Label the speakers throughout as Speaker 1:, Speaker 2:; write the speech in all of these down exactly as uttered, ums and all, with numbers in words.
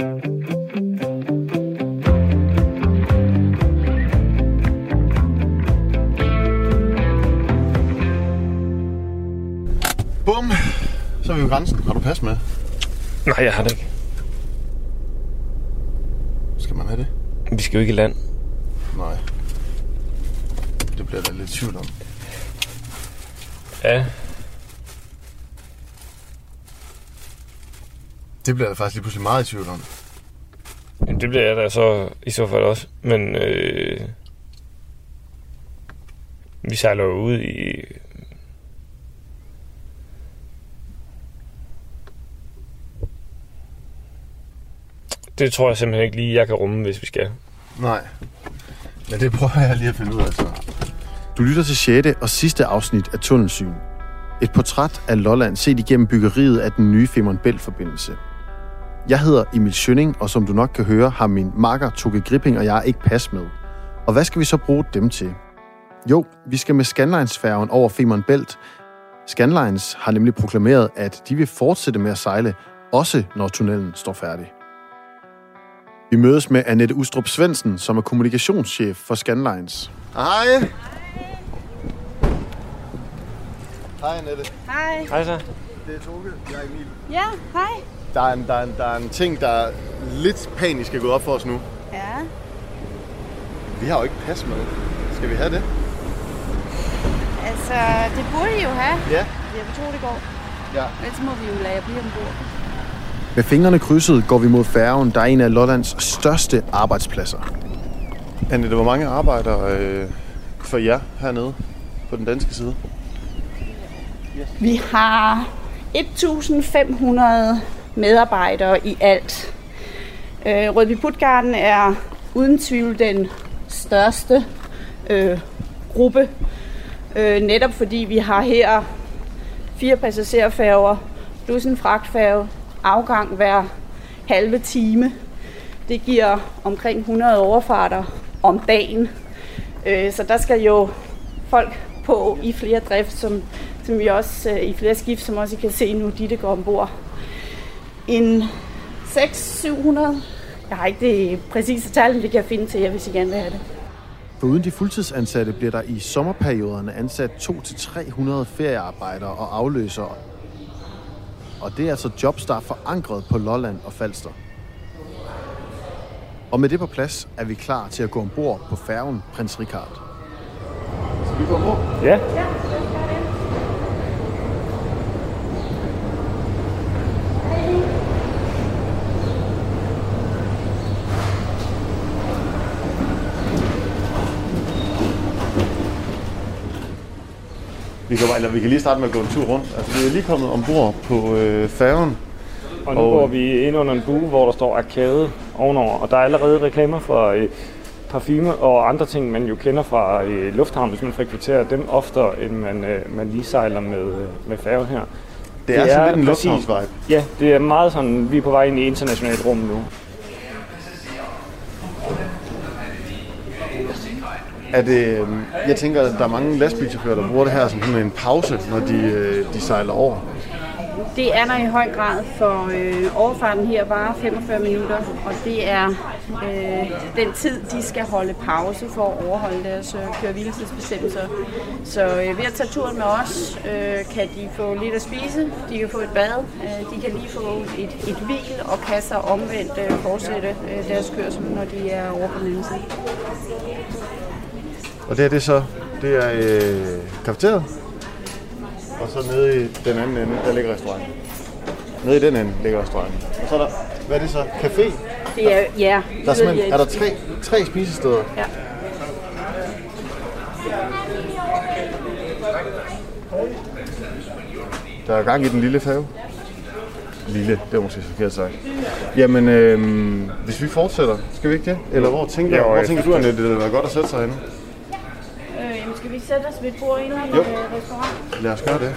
Speaker 1: Bum! Så er vi ved grænsen. Har du pas med?
Speaker 2: Nej, jeg har det ikke.
Speaker 1: Skal man have det?
Speaker 2: Vi skal jo ikke i land.
Speaker 1: Nej. Det bliver der lidt tvivl om.
Speaker 2: Ja.
Speaker 1: Det bliver der faktisk lige pludselig meget i tvivl om.
Speaker 2: Jamen, det bliver jeg da så i så fald også. Men øh, vi sejler jo ud i... Det tror jeg simpelthen ikke lige, jeg kan rumme, hvis vi skal.
Speaker 1: Nej. Men det prøver jeg lige at finde ud af så. Du lytter til sjette og sidste afsnit af Tunnelsyn. Et portræt af Lolland set igennem byggeriet af den nye Femern Bælt-forbindelse. Jeg hedder Emil Schønning, og som du nok kan høre, har min makker Toge Gripping og jeg ikke pas med. Og hvad skal vi så bruge dem til? Jo, vi skal med Scandlines-færgen over Femern Bælt. Scandlines har nemlig proklameret, at de vil fortsætte med at sejle, også når tunnelen står færdig. Vi mødes med Annette Ustrup Svendsen, som er kommunikationschef for Scandlines. Hej! Hej, Annette.
Speaker 3: Hej.
Speaker 2: Hej så.
Speaker 1: Det er Toge. Jeg er Emil.
Speaker 3: Ja, hej.
Speaker 1: Der er, en, der, er en, der er en ting, der er lidt panisk er gået op for os nu.
Speaker 3: Ja.
Speaker 1: Vi har jo ikke pas med. Skal vi have det?
Speaker 3: Altså, det burde I jo have.
Speaker 1: Ja.
Speaker 3: Jeg tror, det går.
Speaker 1: Ja.
Speaker 3: Ellers må vi jo lade jer blive ombord.
Speaker 1: Med fingrene krydset går vi mod færgen, der er en af Lollands største arbejdspladser. Annette, hvor mange arbejder øh, for jer hernede på den danske side?
Speaker 3: Vi har et tusind fem hundrede medarbejdere i alt. Øh, Rødby Puttgarden er uden tvivl den største øh, gruppe. Øh, netop fordi vi har her fire passagerfærger plus en fragtfærge, afgang hver halve time. Det giver omkring hundrede overfarter om dagen. Øh, så der skal jo folk på i flere drift, som, som vi også øh, i flere skift, som også I kan se nu, de der går ombord. En seks til syv hundrede. Jeg har ikke det præcise tal, men det kan jeg finde til jer, hvis I gerne vil have det.
Speaker 1: Foruden de fuldtidsansatte bliver der i sommerperioderne ansat to til tre hundrede feriearbejdere og afløsere. Og det er altså jobs, der er forankret på Lolland og Falster. Og med det på plads er vi klar til at gå ombord på færgen Prins Richard. Skal vi gå ombord?
Speaker 2: Ja.
Speaker 3: Ja.
Speaker 1: Vi kan, eller vi kan lige starte med at gå en tur rundt. Altså, vi er lige kommet ombord på øh, færgen.
Speaker 2: Og nu og... går vi ind under en bue, hvor der står Arcade ovenover. Og der er allerede reklamer for øh, parfume og andre ting, man jo kender fra øh, lufthavn, hvis man frekventerer dem oftere, end man, øh, man lige sejler med, øh, med færge her.
Speaker 1: Det er, det er sådan lidt en lufthavnsvibe.
Speaker 2: Ja, det er meget sådan, vi er på vej ind i internationalt rum nu.
Speaker 1: Er det, jeg tænker, at der er mange lastbilchauffører, der bruger det her som sådan en pause, når de, de sejler over.
Speaker 3: Det er der i høj grad, for øh, overfarten her varer femogfyrre minutter, og det er øh, den tid, de skal holde pause for at overholde deres øh, køre-hviletidsbestemmelser. Så øh, ved at tage turen med os, øh, kan de få lidt at spise, de kan få et bad, øh, de kan lige få et, et hvil og kan så omvendt øh, fortsætte øh, deres kørsel, når de er over på den anden side.
Speaker 1: Og det er det så, det er øh, kafeteret, og så nede i den anden ende, der ligger restauranten. Nede i den ende ligger restauranten. Og så er der, hvad er det så, café?
Speaker 3: Det er, ja.
Speaker 1: Der er, simpelthen, er der tre, tre spisesteder?
Speaker 3: Ja.
Speaker 1: Der er gang i den lille færge. Lille, det er måske så forkert sagt. Jamen, øh, hvis vi fortsætter, skal vi ikke det? Eller hvor tænker, ja, hvor tænker du, at det ville være godt at sætte sig henne?
Speaker 3: Øh, jamen, skal vi sætte os ved et bord inde i
Speaker 1: jo.
Speaker 3: restaurant?
Speaker 1: Lad os gøre det.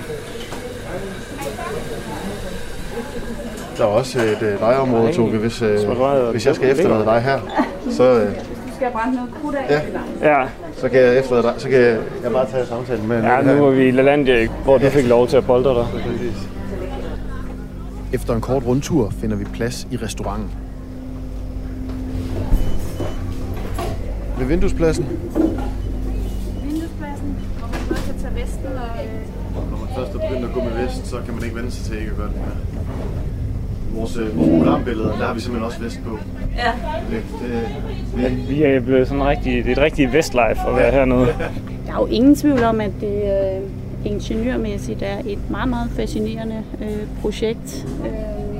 Speaker 1: Der er også et øh, legeområde, Toge, hvis, øh, hvis jeg skal efterlade dig her. Så, øh,
Speaker 3: skal jeg brænde noget krudt af?
Speaker 2: Ja.
Speaker 1: ja. Så kan jeg efterlade dig. Så kan jeg, jeg bare tage samtalen med.
Speaker 2: Ja, nu er vi i LaLandia, hvor du fik lov til at bolde dig.
Speaker 1: Efter en kort rundtur finder vi plads i restauranten. Ved vinduespladsen.
Speaker 3: Vinduespladsen, hvor man både kan tage vesten og...
Speaker 1: Når man først er begyndt at gå med vest, så kan man ikke vende sig til ikke at gøre det mere. Vores, vores programbilleder, der har vi simpelthen også vest på.
Speaker 3: Ja.
Speaker 1: Det, det, det.
Speaker 2: Vi er blevet sådan rigtig, det er et rigtigt Westlife at være hernede.
Speaker 3: Der er jo ingen tvivl om, at det øh, ingeniørmæssigt er et meget, meget fascinerende øh, projekt. Øh,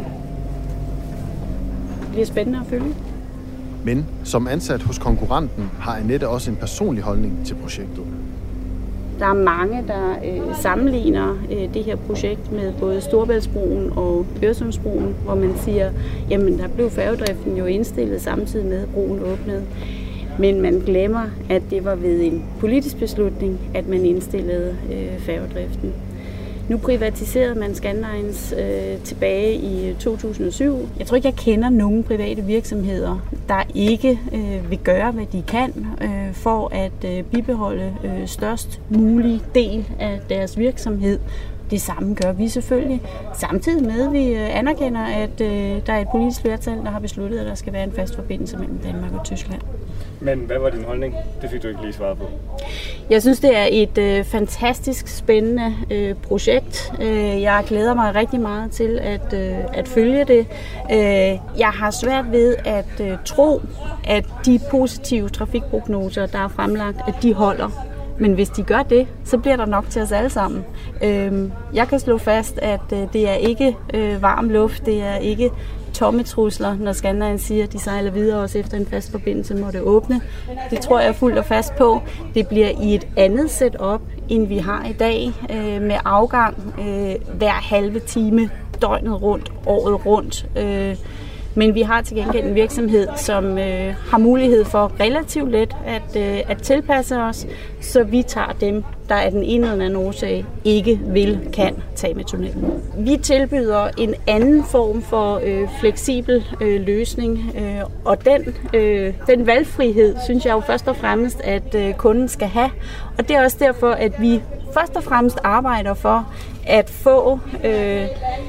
Speaker 3: det bliver spændende at følge.
Speaker 1: Men som ansat hos konkurrenten har Annette også en personlig holdning til projektet.
Speaker 3: Der er mange, der øh, sammenligner øh, det her projekt med både Storebæltsbroen og Øresundsbroen, hvor man siger, jamen der blev færgedriften jo indstillet samtidig med, at broen åbnede. Men man glemmer, at det var ved en politisk beslutning, at man indstillede øh, færgedriften. Nu privatiserede man Scandlines øh, tilbage i to tusind og syv. Jeg tror ikke, jeg kender nogen private virksomheder, der ikke øh, vil gøre, hvad de kan øh, for at øh, bibeholde øh, størst mulig del af deres virksomhed. Det samme gør vi selvfølgelig, samtidig med, at vi øh, anerkender, at øh, der er et politisk flertal, der har besluttet, at der skal være en fast forbindelse mellem Danmark og Tyskland.
Speaker 2: Men hvad var din holdning? Det fik du ikke lige svaret på.
Speaker 3: Jeg synes, det er et øh, fantastisk spændende øh, projekt. Øh, jeg glæder mig rigtig meget til at, øh, at følge det. Øh, jeg har svært ved at øh, tro, at de positive trafikprognoser, der er fremlagt, at de holder. Men hvis de gør det, så bliver der nok til os alle sammen. Øh, jeg kan slå fast, at øh, det er ikke øh, varm luft, det er ikke tomme trusler, når Scandlines siger, at de sejler videre også efter en fast forbindelse måtte åbne. Det tror jeg er fuldt og fast på. Det bliver i et andet setup, end vi har i dag, øh, med afgang øh, hver halve time, døgnet rundt, året rundt. Øh, men vi har til gengæld en virksomhed, som øh, har mulighed for relativt let at, øh, at tilpasse os, så vi tager dem, der af den ene eller anden årsag ikke vil, kan tage med tunnelen. Vi tilbyder en anden form for øh, fleksibel øh, løsning, øh, og den, øh, den valgfrihed, synes jeg jo først og fremmest, at øh, kunden skal have. Og det er også derfor, at vi først og fremmest arbejder for at få øh,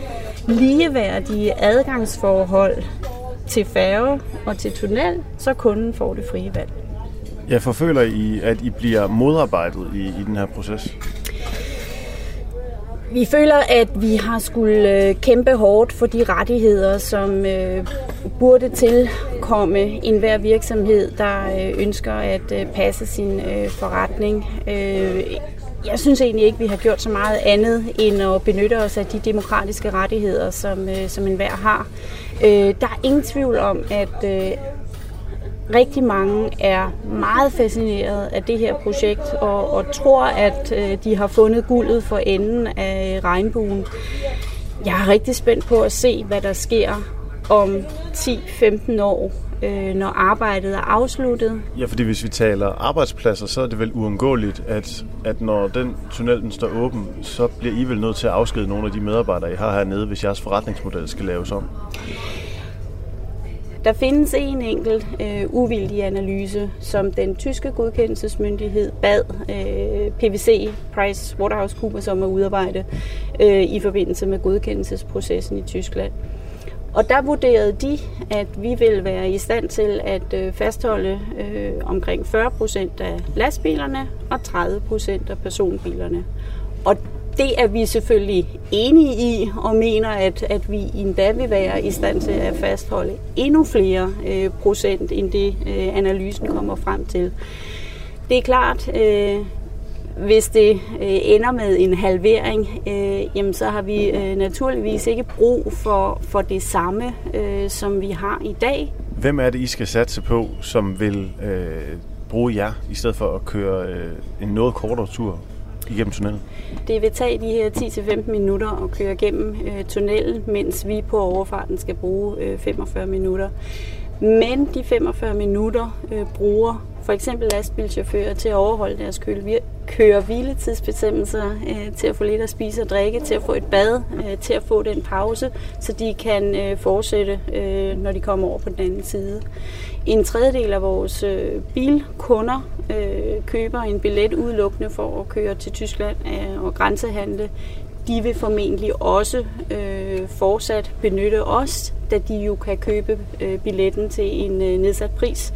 Speaker 3: ligeværdige adgangsforhold til færge og til tunnel, så kunden får det frie valg.
Speaker 4: Jeg forføler I, at I bliver modarbejdet i, i den her proces?
Speaker 3: Vi føler, at vi har skulle kæmpe hårdt for de rettigheder, som øh, burde tilkomme enhver virksomhed, der øh, ønsker at øh, passe sin øh, forretning. Øh, Jeg synes egentlig ikke, vi har gjort så meget andet end at benytte os af de demokratiske rettigheder, som, øh, som enhver har. Øh, der er ingen tvivl om, at øh, rigtig mange er meget fascineret af det her projekt og, og tror, at øh, de har fundet guldet for enden af regnbuen. Jeg er rigtig spændt på at se, hvad der sker om ti til femten år, øh, når arbejdet er afsluttet.
Speaker 4: Ja, fordi hvis vi taler arbejdspladser, så er det vel uundgåeligt, at, at når den tunnel den står åben, så bliver I vel nødt til at afskede nogle af de medarbejdere, I har hernede, hvis jeres forretningsmodel skal laves om.
Speaker 3: Der findes en enkelt øh, uvildig analyse, som den tyske godkendelsesmyndighed bad øh, P V C, PricewaterhouseCoopers, om at udarbejde øh, i forbindelse med godkendelsesprocessen i Tyskland. Og der vurderede de, at vi vil være i stand til at øh, fastholde øh, omkring fyrre procent af lastbilerne og tredive procent af personbilerne. Og det er vi selvfølgelig enige i, og mener, at, at vi endda vil være i stand til at fastholde endnu flere øh, procent, end det øh, analysen kommer frem til. Det er klart, øh, hvis det øh, ender med en halvering, øh, jamen, så har vi øh, naturligvis ikke brug for, for det samme, øh, som vi har i dag.
Speaker 4: Hvem er det, I skal satse på, som vil øh, bruge jer, i stedet for at køre øh, en noget kortere tur igennem tunnelen?
Speaker 3: Det vil tage de her ti til femten minutter at køre gennem øh, tunnelen, mens vi på overfarten skal bruge øh, femogfyrre minutter. Men de femogfyrre minutter øh, bruger for eksempel lastbilchauffører til at overholde deres køre-hviletidsbestemmelser, øh, til at få lidt at spise og drikke, til at få et bad, øh, til at få den pause, så de kan øh, fortsætte, øh, når de kommer over på den anden side. En tredjedel af vores øh, bilkunder øh, køber en billet udelukkende for at køre til Tyskland øh, og grænsehandle. De vil formentlig også øh, fortsat benytte os, da de jo kan købe øh, billetten til en øh, nedsat pris.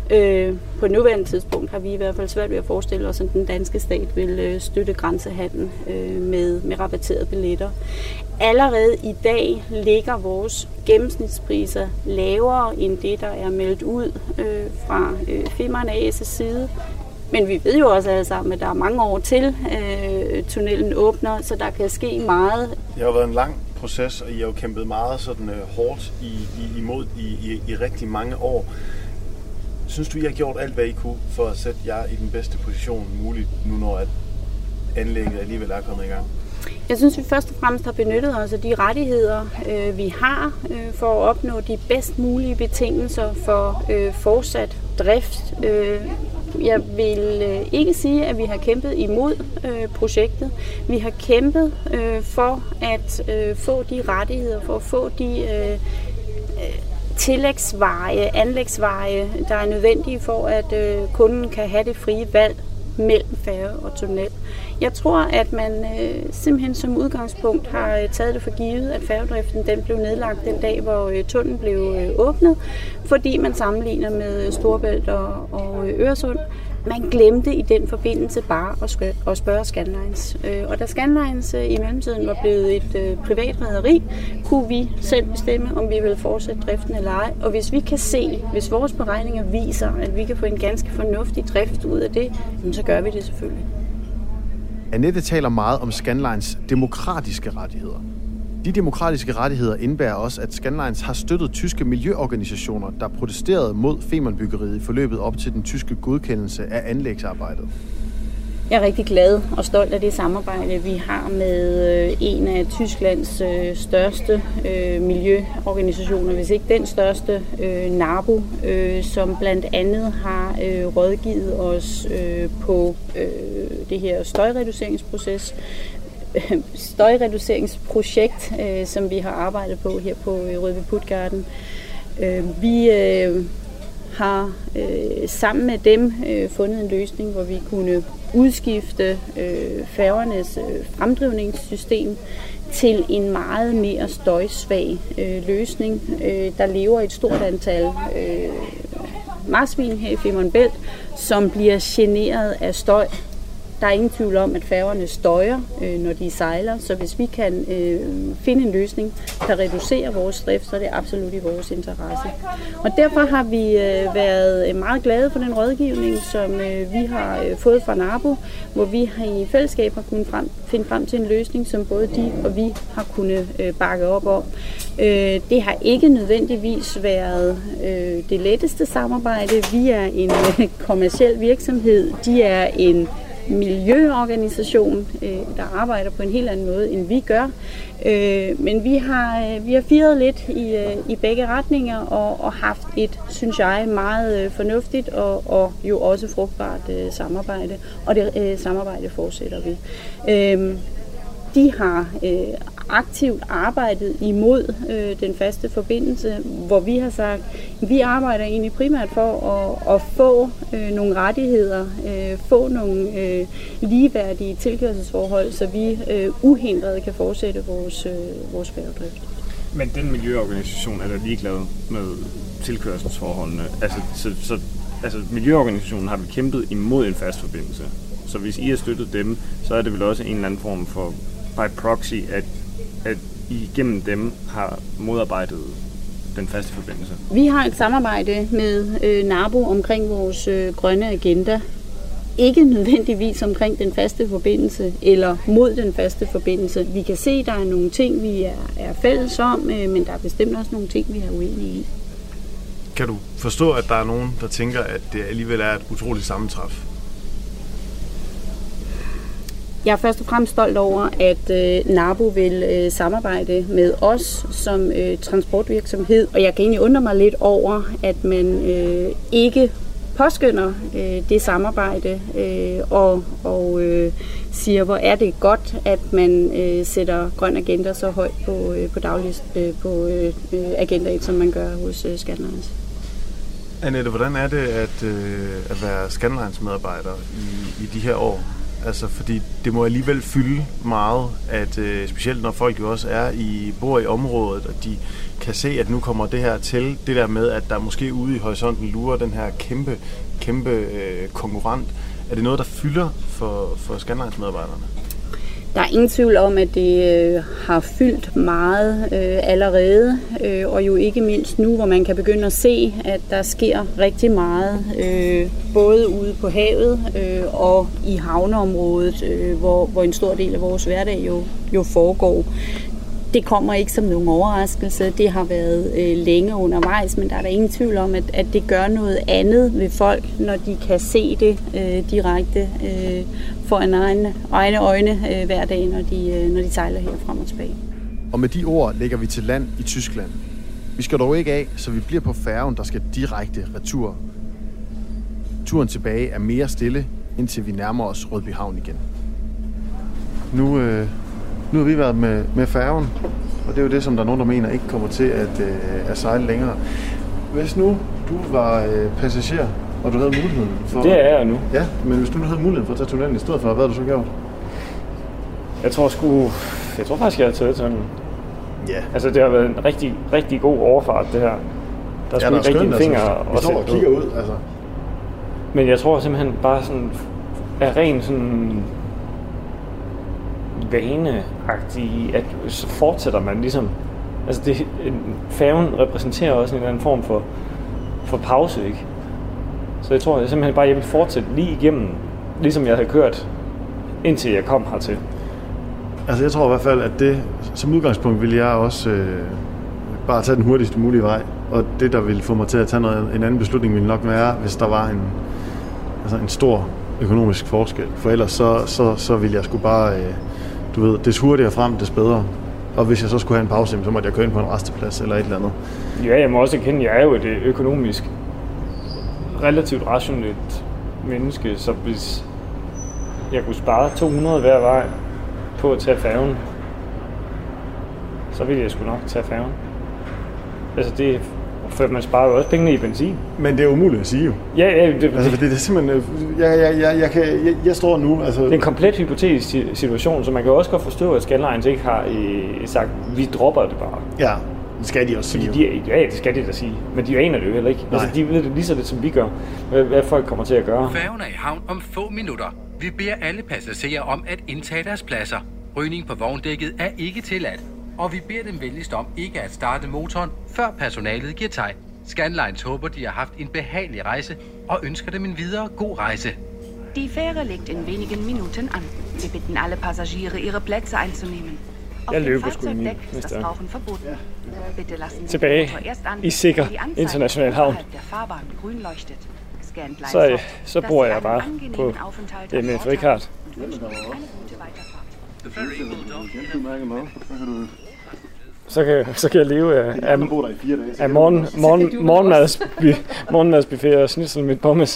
Speaker 3: Øh, på nuværende tidspunkt har vi i hvert fald svært ved at forestille os, at den danske stat vil øh, støtte grænsehandel øh, med, med rabatterede billetter. Allerede i dag ligger vores gennemsnitspriser lavere end det, der er meldt ud øh, fra øh, Femern A S' side. Men vi ved jo også alle sammen, at der er mange år til øh, tunnelen åbner, så der kan ske meget.
Speaker 4: Det har været en lang proces, og I har jo kæmpet meget sådan, øh, hårdt i, i, imod i, i, i rigtig mange år. Synes du, I har gjort alt, hvad I kunne for at sætte jer i den bedste position muligt, nu når at anlægget alligevel er kommet i gang?
Speaker 3: Jeg synes, vi først og fremmest har benyttet os af de rettigheder, øh, vi har øh, for at opnå de bedst mulige betingelser for øh, fortsat drift. Øh, jeg vil øh, ikke sige, at vi har kæmpet imod øh, projektet. Vi har kæmpet øh, for at øh, få de rettigheder, for at få de øh, tillægsveje, anlægsveje, der er nødvendige for, at øh, kunden kan have det frie valg mellem færge og tunnel. Jeg tror, at man øh, simpelthen som udgangspunkt har øh, taget det for givet, at færgedriften den blev nedlagt den dag, hvor øh, tunnelen blev øh, åbnet, fordi man sammenligner med Storebælt og, og øh, Øresund. Man glemte i den forbindelse bare at, skø- at spørge Scandlines. Øh, og da Scandlines øh, i mellemtiden var blevet et øh, privat rederi, kunne vi selv bestemme, om vi ville fortsætte driften eller ej. Og hvis vi kan se, hvis vores beregninger viser, at vi kan få en ganske fornuftig drift ud af det, så gør vi det selvfølgelig.
Speaker 1: Annette taler meget om Scandlines demokratiske rettigheder. De demokratiske rettigheder indebærer også, at Scandlines har støttet tyske miljøorganisationer, der protesterede mod Femernbyggeriet i forløbet op til den tyske godkendelse af anlægsarbejdet.
Speaker 3: Jeg er rigtig glad og stolt af det samarbejde, vi har med en af Tysklands største miljøorganisationer, hvis ikke den største, NABU, som blandt andet har rådgivet os på det her støjreduceringsproces, støjreduceringsprojekt, som vi har arbejdet på her på Rødby Puttgarden. Vi har øh, sammen med dem øh, fundet en løsning, hvor vi kunne udskifte øh, færgernes øh, fremdrivningssystem til en meget mere støjsvag øh, løsning. Øh, der lever et stort antal øh, marsvin her i Femern Bælt, som bliver generet af støj. Der er ingen tvivl om, at færgerne støjer, øh, når de sejler, så hvis vi kan øh, finde en løsning, der reducerer vores drift, så er det absolut i vores interesse. Og derfor har vi øh, været meget glade for den rådgivning, som øh, vi har øh, fået fra NABU, hvor vi har i fællesskab har kunnet frem, finde frem til en løsning, som både de og vi har kunnet øh, bakke op om. Øh, det har ikke nødvendigvis været øh, det letteste samarbejde. Vi er en øh, kommerciel virksomhed, de er en miljøorganisation, der arbejder på en helt anden måde, end vi gør. Men vi har, vi har firet lidt i, i begge retninger og, og haft et, synes jeg, meget fornuftigt og, og jo også frugtbart samarbejde. Og det samarbejde fortsætter vi. De har øh, aktivt arbejdet imod øh, den faste forbindelse, hvor vi har sagt, at vi arbejder egentlig primært for at, at få øh, nogle rettigheder, øh, få nogle øh, ligeværdige tilkørselsforhold, så vi øh, uhindret kan fortsætte vores, øh, vores færgedrift.
Speaker 2: Men den miljøorganisation er der ligeglad med tilkørselsforholdene. Altså, så, så, altså miljøorganisationen har vi kæmpet imod en fast forbindelse. Så hvis I har støttet dem, så er det vel også en eller anden form for by proxy, at, at I gennem dem har modarbejdet den faste forbindelse.
Speaker 3: Vi har et samarbejde med øh, NABU omkring vores øh, grønne agenda. Ikke nødvendigvis omkring den faste forbindelse eller mod den faste forbindelse. Vi kan se, at der er nogle ting, vi er, er fælles om, øh, men der er bestemt også nogle ting, vi er uenige i.
Speaker 4: Kan du forstå, at der er nogen, der tænker, at det alligevel er et utroligt sammentræf?
Speaker 3: Jeg er først og fremmest stolt over, at øh, NABU vil øh, samarbejde med os som øh, transportvirksomhed. Og jeg kan egentlig undre mig lidt over, at man øh, ikke påskynder øh, det samarbejde øh, og, og øh, siger, hvor er det godt, at man øh, sætter grøn agenda så højt på, øh, på, daglist, øh, på øh, agendaen, som man gør hos øh, Scandlines.
Speaker 4: Annette, hvordan er det at, øh, at være Scandlines medarbejder i, i de her år? Altså, fordi det må alligevel fylde meget, at øh, specielt når folk jo også er i, bor i området, og de kan se, at nu kommer det her til. Det der med, at der måske ude i horisonten lurer den her kæmpe, kæmpe øh, konkurrent. Er det noget, der fylder for, for Scandlines medarbejderne?
Speaker 3: Der er ingen tvivl om, at det øh, har fyldt meget øh, allerede, øh, og jo ikke mindst nu, hvor man kan begynde at se, at der sker rigtig meget, øh, både ude på havet øh, og i havneområdet, øh, hvor, hvor en stor del af vores hverdag jo, jo foregår. Det kommer ikke som nogen overraskelse. Det har været øh, længe undervejs, men der er der ingen tvivl om, at, at det gør noget andet ved folk, når de kan se det øh, direkte øh, foran egne, egne øjne øh, hver dag, når de, øh, når de sejler her frem og tilbage.
Speaker 1: Og med de ord lægger vi til land i Tyskland. Vi skal dog ikke af, så vi bliver på færgen, der skal direkte retur. Turen tilbage er mere stille, indtil vi nærmer os Rødbyhavn igen. Nu... Øh Nu har vi været med, med færgen, og det er jo det, som der er nogen, der mener ikke kommer til at, øh, at sejle længere. Hvis nu du var øh, passager, og du havde muligheden for...
Speaker 2: Det er jeg nu.
Speaker 1: Ja, men hvis du nu havde muligheden for at tage tunnelen i stedet for, hvad havde du så gjort?
Speaker 2: Jeg tror sgu... Jeg tror faktisk, jeg havde taget tunnelen.
Speaker 1: Ja.
Speaker 2: Altså, det har været en rigtig, rigtig god overfart, det her. Der er sgu
Speaker 1: ja,
Speaker 2: ikke rigtig en finger
Speaker 1: altså,
Speaker 2: at
Speaker 1: sætte og kigger ud, altså.
Speaker 2: Men jeg tror simpelthen bare sådan... Er ren sådan... vaneagtig, at så fortsætter man ligesom. Altså det, færgen repræsenterer også en eller anden form for, for pause, ikke? Så jeg tror jeg simpelthen bare, jeg vil fortsætte lige igennem, ligesom jeg havde kørt, indtil jeg kom hertil.
Speaker 1: Altså jeg tror i hvert fald, at det, som udgangspunkt vil jeg også øh, bare tage den hurtigste mulige vej, og det der vil få mig til at tage noget, en anden beslutning ville nok være, hvis der var en, altså en stor økonomisk forskel. For ellers så, så, så ville jeg sgu bare... Øh, Du ved, des hurtigere frem, des bedre. Og hvis jeg så skulle have en pause, så måtte jeg køre ind på en resteplads eller et eller andet.
Speaker 2: Ja, jeg må også erkende, at jeg er jo et økonomisk relativt rationelt menneske, så hvis jeg kunne spare to hundrede hver vej på at tage færgen, så ville jeg sgu nok tage færgen. Altså det, for man sparer jo også pengene i benzin.
Speaker 1: Men det er umuligt at sige jo.
Speaker 2: Ja, ja. Det,
Speaker 1: altså, det, det er simpelthen... Jeg, jeg, jeg, jeg, kan, jeg, jeg står nu... Altså...
Speaker 2: Det er en komplet hypotetisk situation, så man kan også godt forstå, at Scandlines ikke har i, sagt, vi dropper det bare.
Speaker 1: Ja, det skal de også sige.
Speaker 2: De, ja, det skal de da sige. Men de aner det jo heller ikke. Altså, de ved det lige så lidt, som vi gør, hvad, hvad folk kommer til at gøre.
Speaker 5: Færgen er i havn om få minutter. Vi beder alle passagerer om at indtage deres pladser. Rygning på vogndækket er ikke tilladt. Og vi beder dem venligst om ikke at starte motoren, før personalet giver tegn. Scandlines håber, de har haft en behagelig rejse og ønsker dem en videre god rejse.
Speaker 6: Die Fähre legt in wenigen Minuten an. Wir bitten alle Passagiere, ihre Plätze einzunehmen. Auf dem Fahrzeugdeck ist das Rauchen verboten. Bitte lassen Sie den Motor erst an,
Speaker 2: i sikker international havn.
Speaker 6: der Fahrbahn grün leuchtet.
Speaker 2: Så, så bor jeg bare på det med frikart. Så kan, så kan jeg leve af, af, af morgen, morgen, morgenmads, morgenmadsbuffet og snitsel med pommes.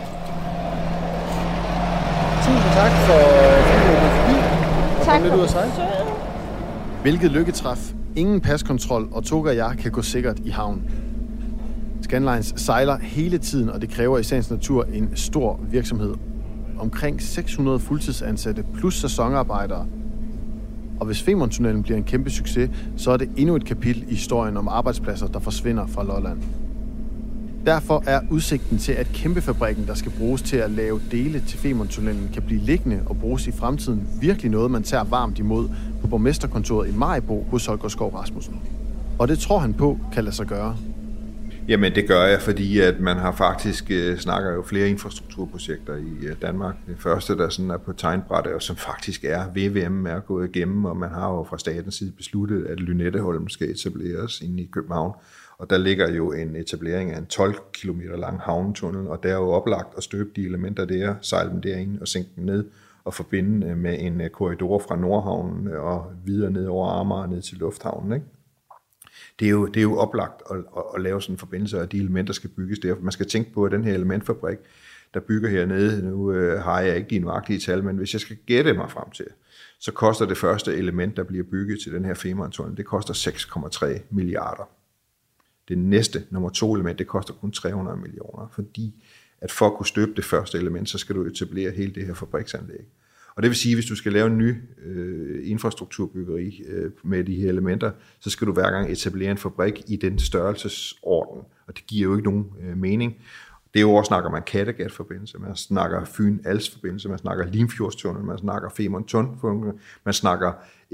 Speaker 1: Tusind tak for at komme lidt ud af sig. Hvilket lykketræf. Ingen paskontrol, og Toga og jeg kan gå sikkert i havn. Scandlines sejler hele tiden, og det kræver i sagens natur en stor virksomhed. Omkring seks hundrede fuldtidsansatte plus sæsonarbejdere. Og hvis Femerntunnelen bliver en kæmpe succes, så er det endnu et kapitel i historien om arbejdspladser, der forsvinder fra Lolland. Derfor er udsigten til, at kæmpefabrikken, der skal bruges til at lave dele til Femerntunnelen, kan blive liggende og bruges i fremtiden, virkelig noget, man tager varmt imod på borgmesterkontoret i Maribo hos Holger Skov Rasmussen. Og det tror han på kan lade sig gøre.
Speaker 7: Jamen det gør jeg, fordi at man har faktisk øh, snakker jo flere infrastrukturprojekter i øh, Danmark. Det første, der sådan er på tegnbrættet, og som faktisk er V V M er gået igennem, og man har jo fra statens side besluttet, at Lynetteholm skal etableres inde i København. Og der ligger jo en etablering af en tolv kilometer lang havnetunnel, og der er jo oplagt at støbe de elementer der, sejle dem derind og sænke dem ned, og forbinde med en korridor fra Nordhavnen og videre ned over Amager ned til Lufthavnen, ikke? Det er, jo, det er jo oplagt at, at, at lave sådan en forbindelse, og de elementer skal bygges der. Man skal tænke på, at den her elementfabrik, der bygger hernede, nu øh, har jeg ikke de nøjagtige tal, men hvis jeg skal gætte mig frem til, så koster det første element, der bliver bygget til den her Femerntunnel, det koster seks komma tre milliarder. Det næste, nummer to element, det koster kun tre hundrede millioner, fordi at for at kunne støbe det første element, så skal du etablere hele det her fabriksanlæg. Og det vil sige, at hvis du skal lave en ny øh, infrastrukturbyggeri øh, med de her elementer, så skal du hver gang etablere en fabrik i den størrelsesorden, og det giver jo ikke nogen øh, mening. Derudover snakker man Kattegat-forbindelse, man snakker Fyn-Als-forbindelse, man snakker Limfjordstunnel, man snakker Femern-Tund-forbindelse, man snakker,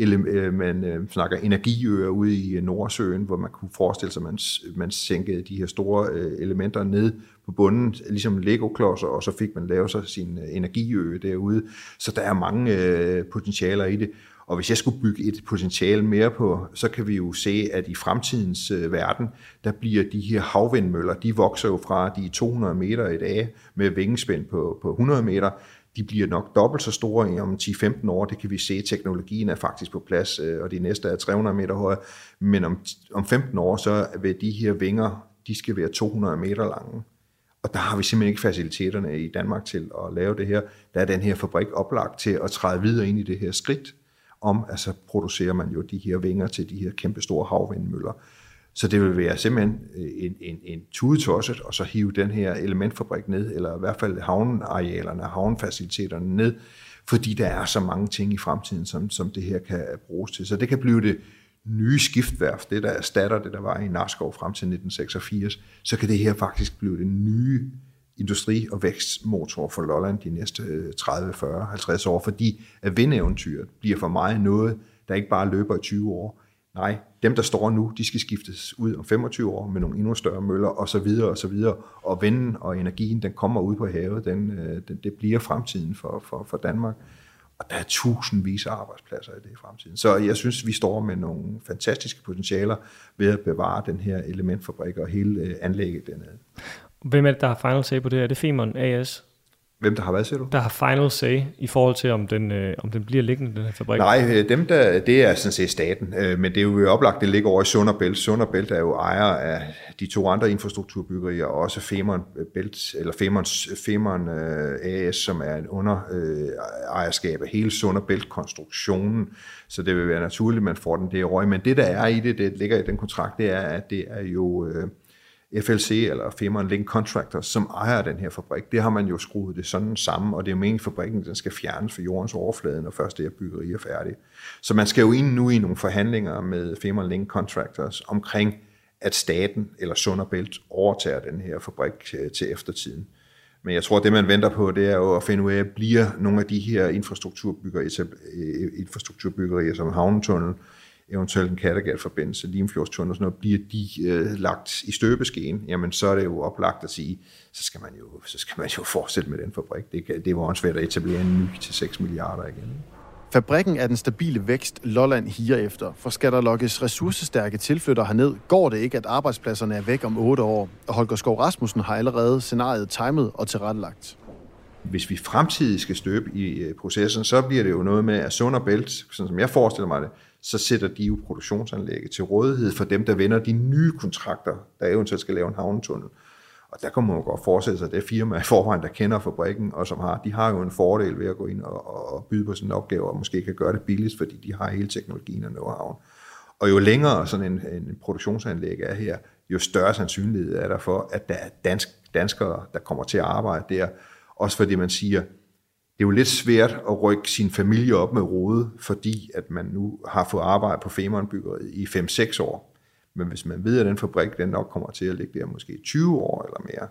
Speaker 7: man snakker energiøer ude i Nordsøen, hvor man kunne forestille sig, at man, man sænkede de her store elementer ned på bunden, ligesom Lego-klodser, og så fik man lavet sig sin energiø derude. Så der er mange potentialer i det. Og hvis jeg skulle bygge et potentiale mere på, så kan vi jo se, at i fremtidens øh, verden, der bliver de her havvindmøller, de vokser jo fra de to hundrede meter i dag med vingespænd på, på hundrede meter. De bliver nok dobbelt så store om ti til femten år. Det kan vi se, teknologien er faktisk på plads, øh, og de næste er tre hundrede meter høje. Men om, om femten år, så vil de her vinger, de skal være to hundrede meter lange. Og der har vi simpelthen ikke faciliteterne i Danmark til at lave det her. Der er den her fabrik oplagt til at træde videre ind i det her skridt. Om, altså producerer man jo de her vinger til de her kæmpe store havvindmøller. Så det vil være simpelthen en, en, en tudetosset, og så hive den her elementfabrik ned, eller i hvert fald havnearealerne, havnefaciliteterne ned, fordi der er så mange ting i fremtiden, som, som det her kan bruges til. Så det kan blive det nye skiftværft, det der erstatter det, der var i Nakskov frem til nitten seksogfirs, så kan det her faktisk blive det nye industri- og vækstmotor for Lolland de næste tredive, fyrre, halvtreds år, fordi at vindeventyret bliver for mig noget, der ikke bare løber i tyve år. Nej, dem der står nu, de skal skiftes ud om femogtyve år med nogle endnu større møller og så videre og så videre. Og vinden og energien, den kommer ud på havet, den, den, det bliver fremtiden for, for, for Danmark. Og der er tusindvis af arbejdspladser i det i fremtiden. Så jeg synes, vi står med nogle fantastiske potentialer ved at bevare den her elementfabrik og hele anlægget dernede.
Speaker 8: Hvem er det, der har final say på det? Er det Femern A S?
Speaker 7: Hvem der har hvad, siger du?
Speaker 8: Der har final say i forhold til, om den, øh, om den bliver liggende, den her fabrik?
Speaker 7: Nej, dem der, det er sådan set staten, øh, men det er jo oplagt, det ligger over i Sund og Bælt. Sund og Bælt er jo ejer af de to andre infrastrukturbyggerier, og også Femern Bælt, eller Femerns, Femern øh, A S, som er en under øh, ejerskab af hele Sund og Bælt-konstruktionen, så det vil være naturligt, at man får den der røg. Men det, der er i det, det ligger i den kontrakt, det er, at det er jo Øh, F L C, eller Femern Link Contractors, som ejer den her fabrik. Det har man jo skruet det sådan sammen, og det er jo meningen, at fabrikken den skal fjernes fra jordens overflade, når først det her byggeri er færdigt. Så man skal jo ind nu i nogle forhandlinger med Femern Link Contractors omkring, at staten eller Sund og Bælt overtager den her fabrik til eftertiden. Men jeg tror, at det man venter på, det er jo at finde ud af, bliver nogle af de her infrastrukturbyggerier, infrastrukturbyggerier som havnetunnel, eventuelt en Kattegat-forbindelse, Limfjordstunnel og sådan noget, bliver de øh, lagt i støbeskeen, jamen så er det jo oplagt at sige, så skal man jo, så skal man jo fortsætte med den fabrik. Det, det var også svært at etablere en ny til seks milliarder igen.
Speaker 1: Fabrikken er den stabile vækst, Lolland higer efter. For skal der lokkes ressourcestærke tilflytter herned, går det ikke, at arbejdspladserne er væk om otte år. Og Holger Skov Rasmussen har allerede scenariet timet og tilrettelagt.
Speaker 7: Hvis vi fremtidigt skal støbe i processen, så bliver det jo noget med, at Sund og Bælt, sådan som jeg forestiller mig det, så sætter de jo produktionsanlægget til rådighed for dem, der vinder de nye kontrakter, der eventuelt skal lave en havnetunnel. Og der kan man jo godt forestille sig, at det er firmaer i forvejen, der kender fabrikken, og som har, de har jo en fordel ved at gå ind og, og byde på sådan en opgave, og måske kan gøre det billigst, fordi de har hele teknologien og know-how. Og jo længere sådan en, en produktionsanlæg er her, jo større sandsynlighed er der for, at der er dansk, danskere, der kommer til at arbejde der. Også fordi man siger, det er jo lidt svært at rykke sin familie op med rode, fordi at man nu har fået arbejde på Femernbyggeriet i fem til seks år. Men hvis man ved, at den fabrik den nok kommer til at ligge der måske tyve år eller mere,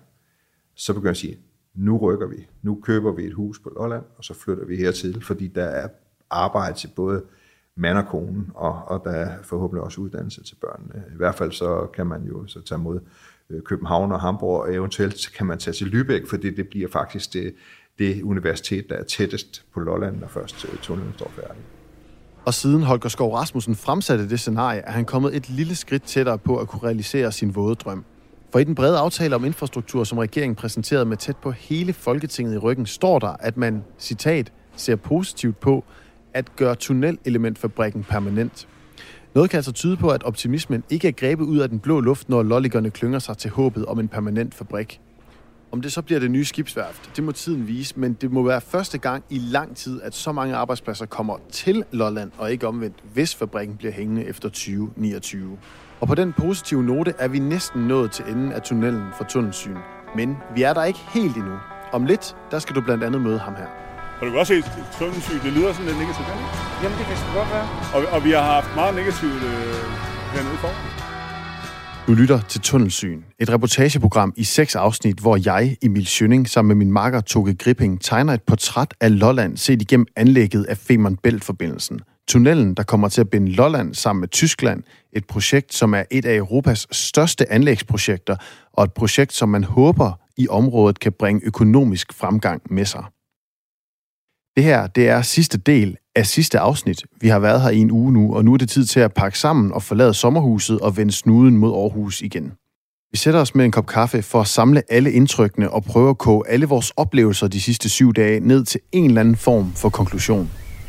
Speaker 7: så begynder man at sige, nu rykker vi. Nu køber vi et hus på Lolland, og så flytter vi hertil, fordi der er arbejde til både mand og kone, og, og der er forhåbentlig også uddannelse til børnene. I hvert fald så kan man jo så tage mod København og Hamburg, og eventuelt kan man tage til Lübeck, fordi det bliver faktisk det, det universitet, der er tættest på Lolland, når først tunnelen står færdig.
Speaker 1: Og siden Holger Skov Rasmussen fremsatte det scenarie, er han kommet et lille skridt tættere på at kunne realisere sin våde drøm. For i den brede aftale om infrastruktur, som regeringen præsenterede med tæt på hele Folketinget i ryggen, står der, at man, citat, ser positivt på at gøre tunnelelementfabrikken permanent. Noget kan altså tyde på, at optimismen ikke er grebet ud af den blå luft, når lolligerne klynger sig til håbet om en permanent fabrik. Om det så bliver det nye skibsværft, det må tiden vise, men det må være første gang i lang tid, at så mange arbejdspladser kommer til Lolland og ikke omvendt, hvis fabrikken bliver hængende efter tyve niogtyve. Og på den positive note er vi næsten nået til enden af tunnelen for tunnelsyn. Men vi er der ikke helt endnu. Om lidt, der skal du blandt andet møde ham her.
Speaker 9: Og du kan også se, at tunnelsyn, det lyder sådan lidt negativt, ikke?
Speaker 2: Jamen, det kan sgu godt være.
Speaker 9: Og, og vi har haft meget negativt øh, hernede for.
Speaker 1: Du lytter til Tunnelsyn, et reportageprogram i seks afsnit, hvor jeg, Emil Schønning, sammen med min makker Toge Gripping, tegner et portræt af Lolland set igennem anlægget af Femern Bælt-forbindelsen. Tunnelen, der kommer til at binde Lolland sammen med Tyskland, et projekt, som er et af Europas største anlægsprojekter, og et projekt, som man håber i området kan bringe økonomisk fremgang med sig. Det her, det er sidste del af sidste afsnit. Vi har været her i en uge nu, og nu er det tid til at pakke sammen og forlade sommerhuset og vende snuden mod Aarhus igen. Vi sætter os med en kop kaffe for at samle alle indtrykkene og prøve at koge alle vores oplevelser de sidste syv dage ned til en eller anden form for konklusion.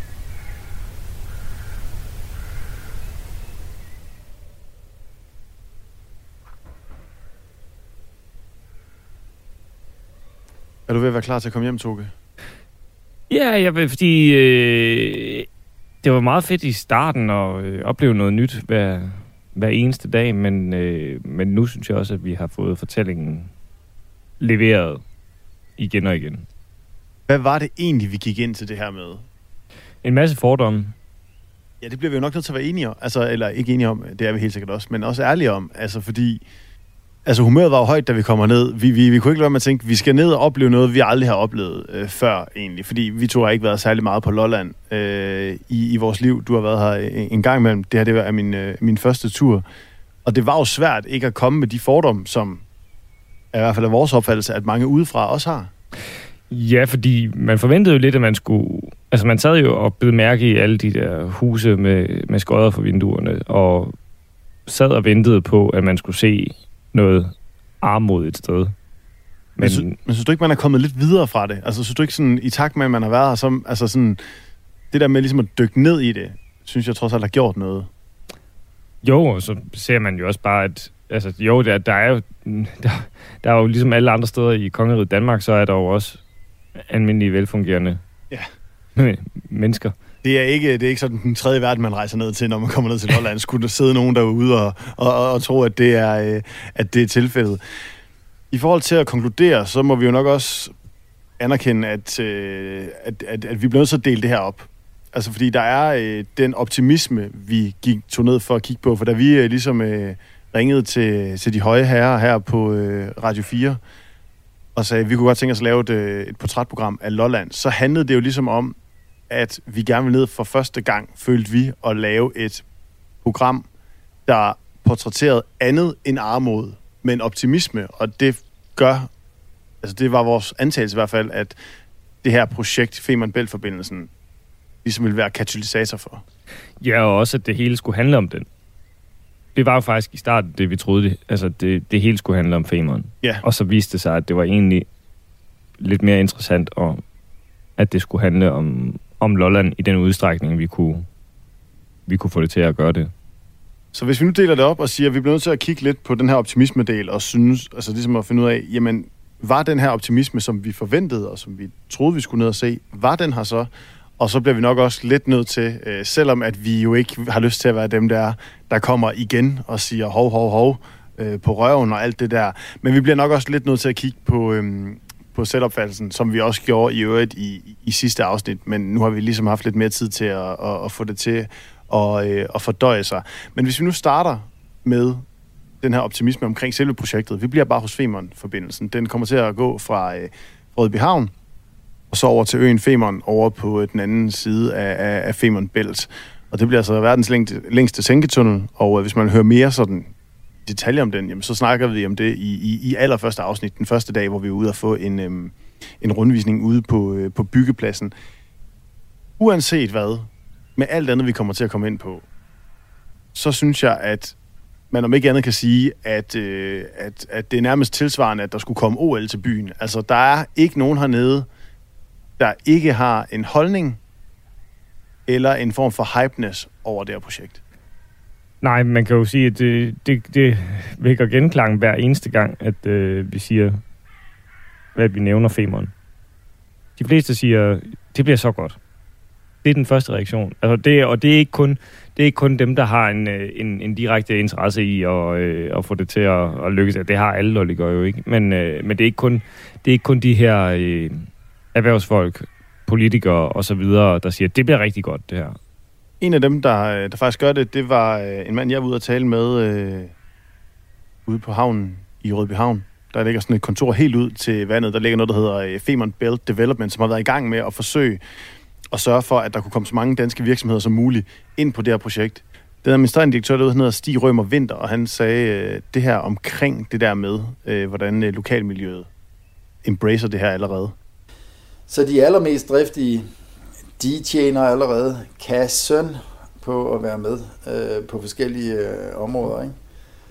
Speaker 1: Er du ved at være klar til at komme hjem, Toge?
Speaker 8: Ja, jeg vil, fordi øh, det var meget fedt i starten at øh, opleve noget nyt hver, hver eneste dag, men, øh, men nu synes jeg også, at vi har fået fortællingen leveret igen og igen.
Speaker 1: Hvad var det egentlig, vi gik ind til det her med?
Speaker 8: En masse fordomme.
Speaker 1: Ja, det bliver vi jo nok nødt til at være enige om. Altså, eller ikke enige om, det er vi helt sikkert også, men også ærlige om. Altså, fordi altså, humøret var jo højt, da vi kommer ned. Vi, vi, vi kunne ikke lade være med at tænke, vi skal ned og opleve noget, vi aldrig har oplevet øh, før, egentlig. Fordi vi to har ikke været særlig meget på Lolland øh, i, i vores liv. Du har været her en, en gang imellem. Det her, det var min, øh, min første tur. Og det var jo svært ikke at komme med de fordomme, som er i hvert fald af vores opfattelse, at mange udefra også har.
Speaker 8: Ja, fordi man forventede jo lidt, at man skulle... Altså, man sad jo og bed mærke i alle de der huse med, med skodder for vinduerne, og sad og ventede på, at man skulle se noget armod et sted. Men,
Speaker 1: men, sy- men synes du ikke, man er kommet lidt videre fra det? Altså, synes du ikke sådan, i takt med, at man har været her, så, altså sådan, det der med ligesom at dykke ned i det, synes jeg trods alt har gjort noget?
Speaker 8: Jo, og så ser man jo også bare, at altså, jo, der, der er jo der, der er jo ligesom alle andre steder i kongeriget Danmark, så er der jo også almindelige, velfungerende
Speaker 1: ja.
Speaker 8: mennesker.
Speaker 1: Det er ikke det er ikke sådan den tredje verden, man rejser ned til, når man kommer ned til Lolland. Skulle der sidde nogen derude og, og, og, og tro, at det, er, at det er tilfældet. I forhold til at konkludere, så må vi jo nok også anerkende, at, at, at, at vi bliver nødt til at dele det her op. Altså, fordi der er den optimisme, vi gik tog ned for at kigge på. For da vi ligesom ringede til, til de høje herrer her på Radio fire, og sagde, at vi kunne godt tænke os at lave et, et portrætprogram af Lolland, så handlede det jo ligesom om, at vi gerne vil ned for første gang, følte vi, at lave et program, der portrætterede andet end armod, men optimisme, og det gør, altså det var vores antagelse i hvert fald, at det her projekt, Femern Bælt-forbindelsen, ligesom ville være katalysator for.
Speaker 8: Ja, og også, at det hele skulle handle om den. Det var jo faktisk i starten det, vi troede, det, altså det, det hele skulle handle om Femern.
Speaker 1: Ja.
Speaker 8: Og så viste det sig, at det var egentlig lidt mere interessant, og at det skulle handle om om Lolland i den udstrækning, vi kunne, vi kunne få det til at gøre det.
Speaker 1: Så hvis vi nu deler det op og siger, at vi bliver nødt til at kigge lidt på den her optimisme-del og synes, altså ligesom at finde ud af, jamen, var den her optimisme, som vi forventede og som vi troede, vi skulle ned og se, var den her så? Og så bliver vi nok også lidt nødt til, øh, selvom at vi jo ikke har lyst til at være dem, der, der kommer igen og siger hov, hov, hov øh, på røven og alt det der. Men vi bliver nok også lidt nødt til at kigge på... Øh, på selvopfattelsen, som vi også gjorde i øvrigt i, i, i sidste afsnit, men nu har vi ligesom haft lidt mere tid til at, at, at få det til at, at fordøje sig. Men hvis vi nu starter med den her optimisme omkring selve projektet, vi bliver bare hos Femern-forbindelsen. Den kommer til at gå fra øh, Rødbyhavn og så over til øen Femern over på den anden side af, af, af Femern Bælt. Og det bliver altså verdens længste, længste sænketunnel, og øh, hvis man hører mere sådan detaljer om den, jamen, så snakker vi om det i, i, i allerførste afsnit, den første dag, hvor vi er ude og få en, øhm, en rundvisning ude på, øh, på byggepladsen. Uanset hvad, med alt andet, vi kommer til at komme ind på, så synes jeg, at man om ikke andet kan sige, at, øh, at, at det er nærmest tilsvarende, at der skulle komme O L til byen. Altså, der er ikke nogen hernede, der ikke har en holdning eller en form for hypeness over det her projekt.
Speaker 8: Nej, man kan jo sige, at det, det, det vækker genklang hver eneste gang, at øh, vi siger, hvad vi nævner Femern. De fleste siger, det bliver så godt. Det er den første reaktion. Altså det, og det er, ikke kun, det er ikke kun dem, der har en, en, en direkte interesse i at, øh, at få det til at, at lykkes. Det har alle lolligere jo ikke. Men, øh, men det, er ikke kun, det er ikke kun de her øh, erhvervsfolk politikere og så videre, der siger, at det bliver rigtig godt, det her.
Speaker 1: En af dem, der, der faktisk gør det, det var en mand, jeg var ude at tale med øh, ude på havnen i Rødby Havn. Der ligger sådan et kontor helt ud til vandet. Der ligger noget, der hedder Femern Belt Development, som har været i gang med at forsøge at sørge for, at der kunne komme så mange danske virksomheder som muligt ind på det her projekt. Den administrerende direktør derude, han hedder Stig Rømer Vinter, og han sagde øh, det her omkring det der med, øh, hvordan øh, lokalmiljøet embracer det her allerede.
Speaker 10: Så de allermest driftige, de tjener allerede kassen på at være med øh, på forskellige øh, områder, ikke?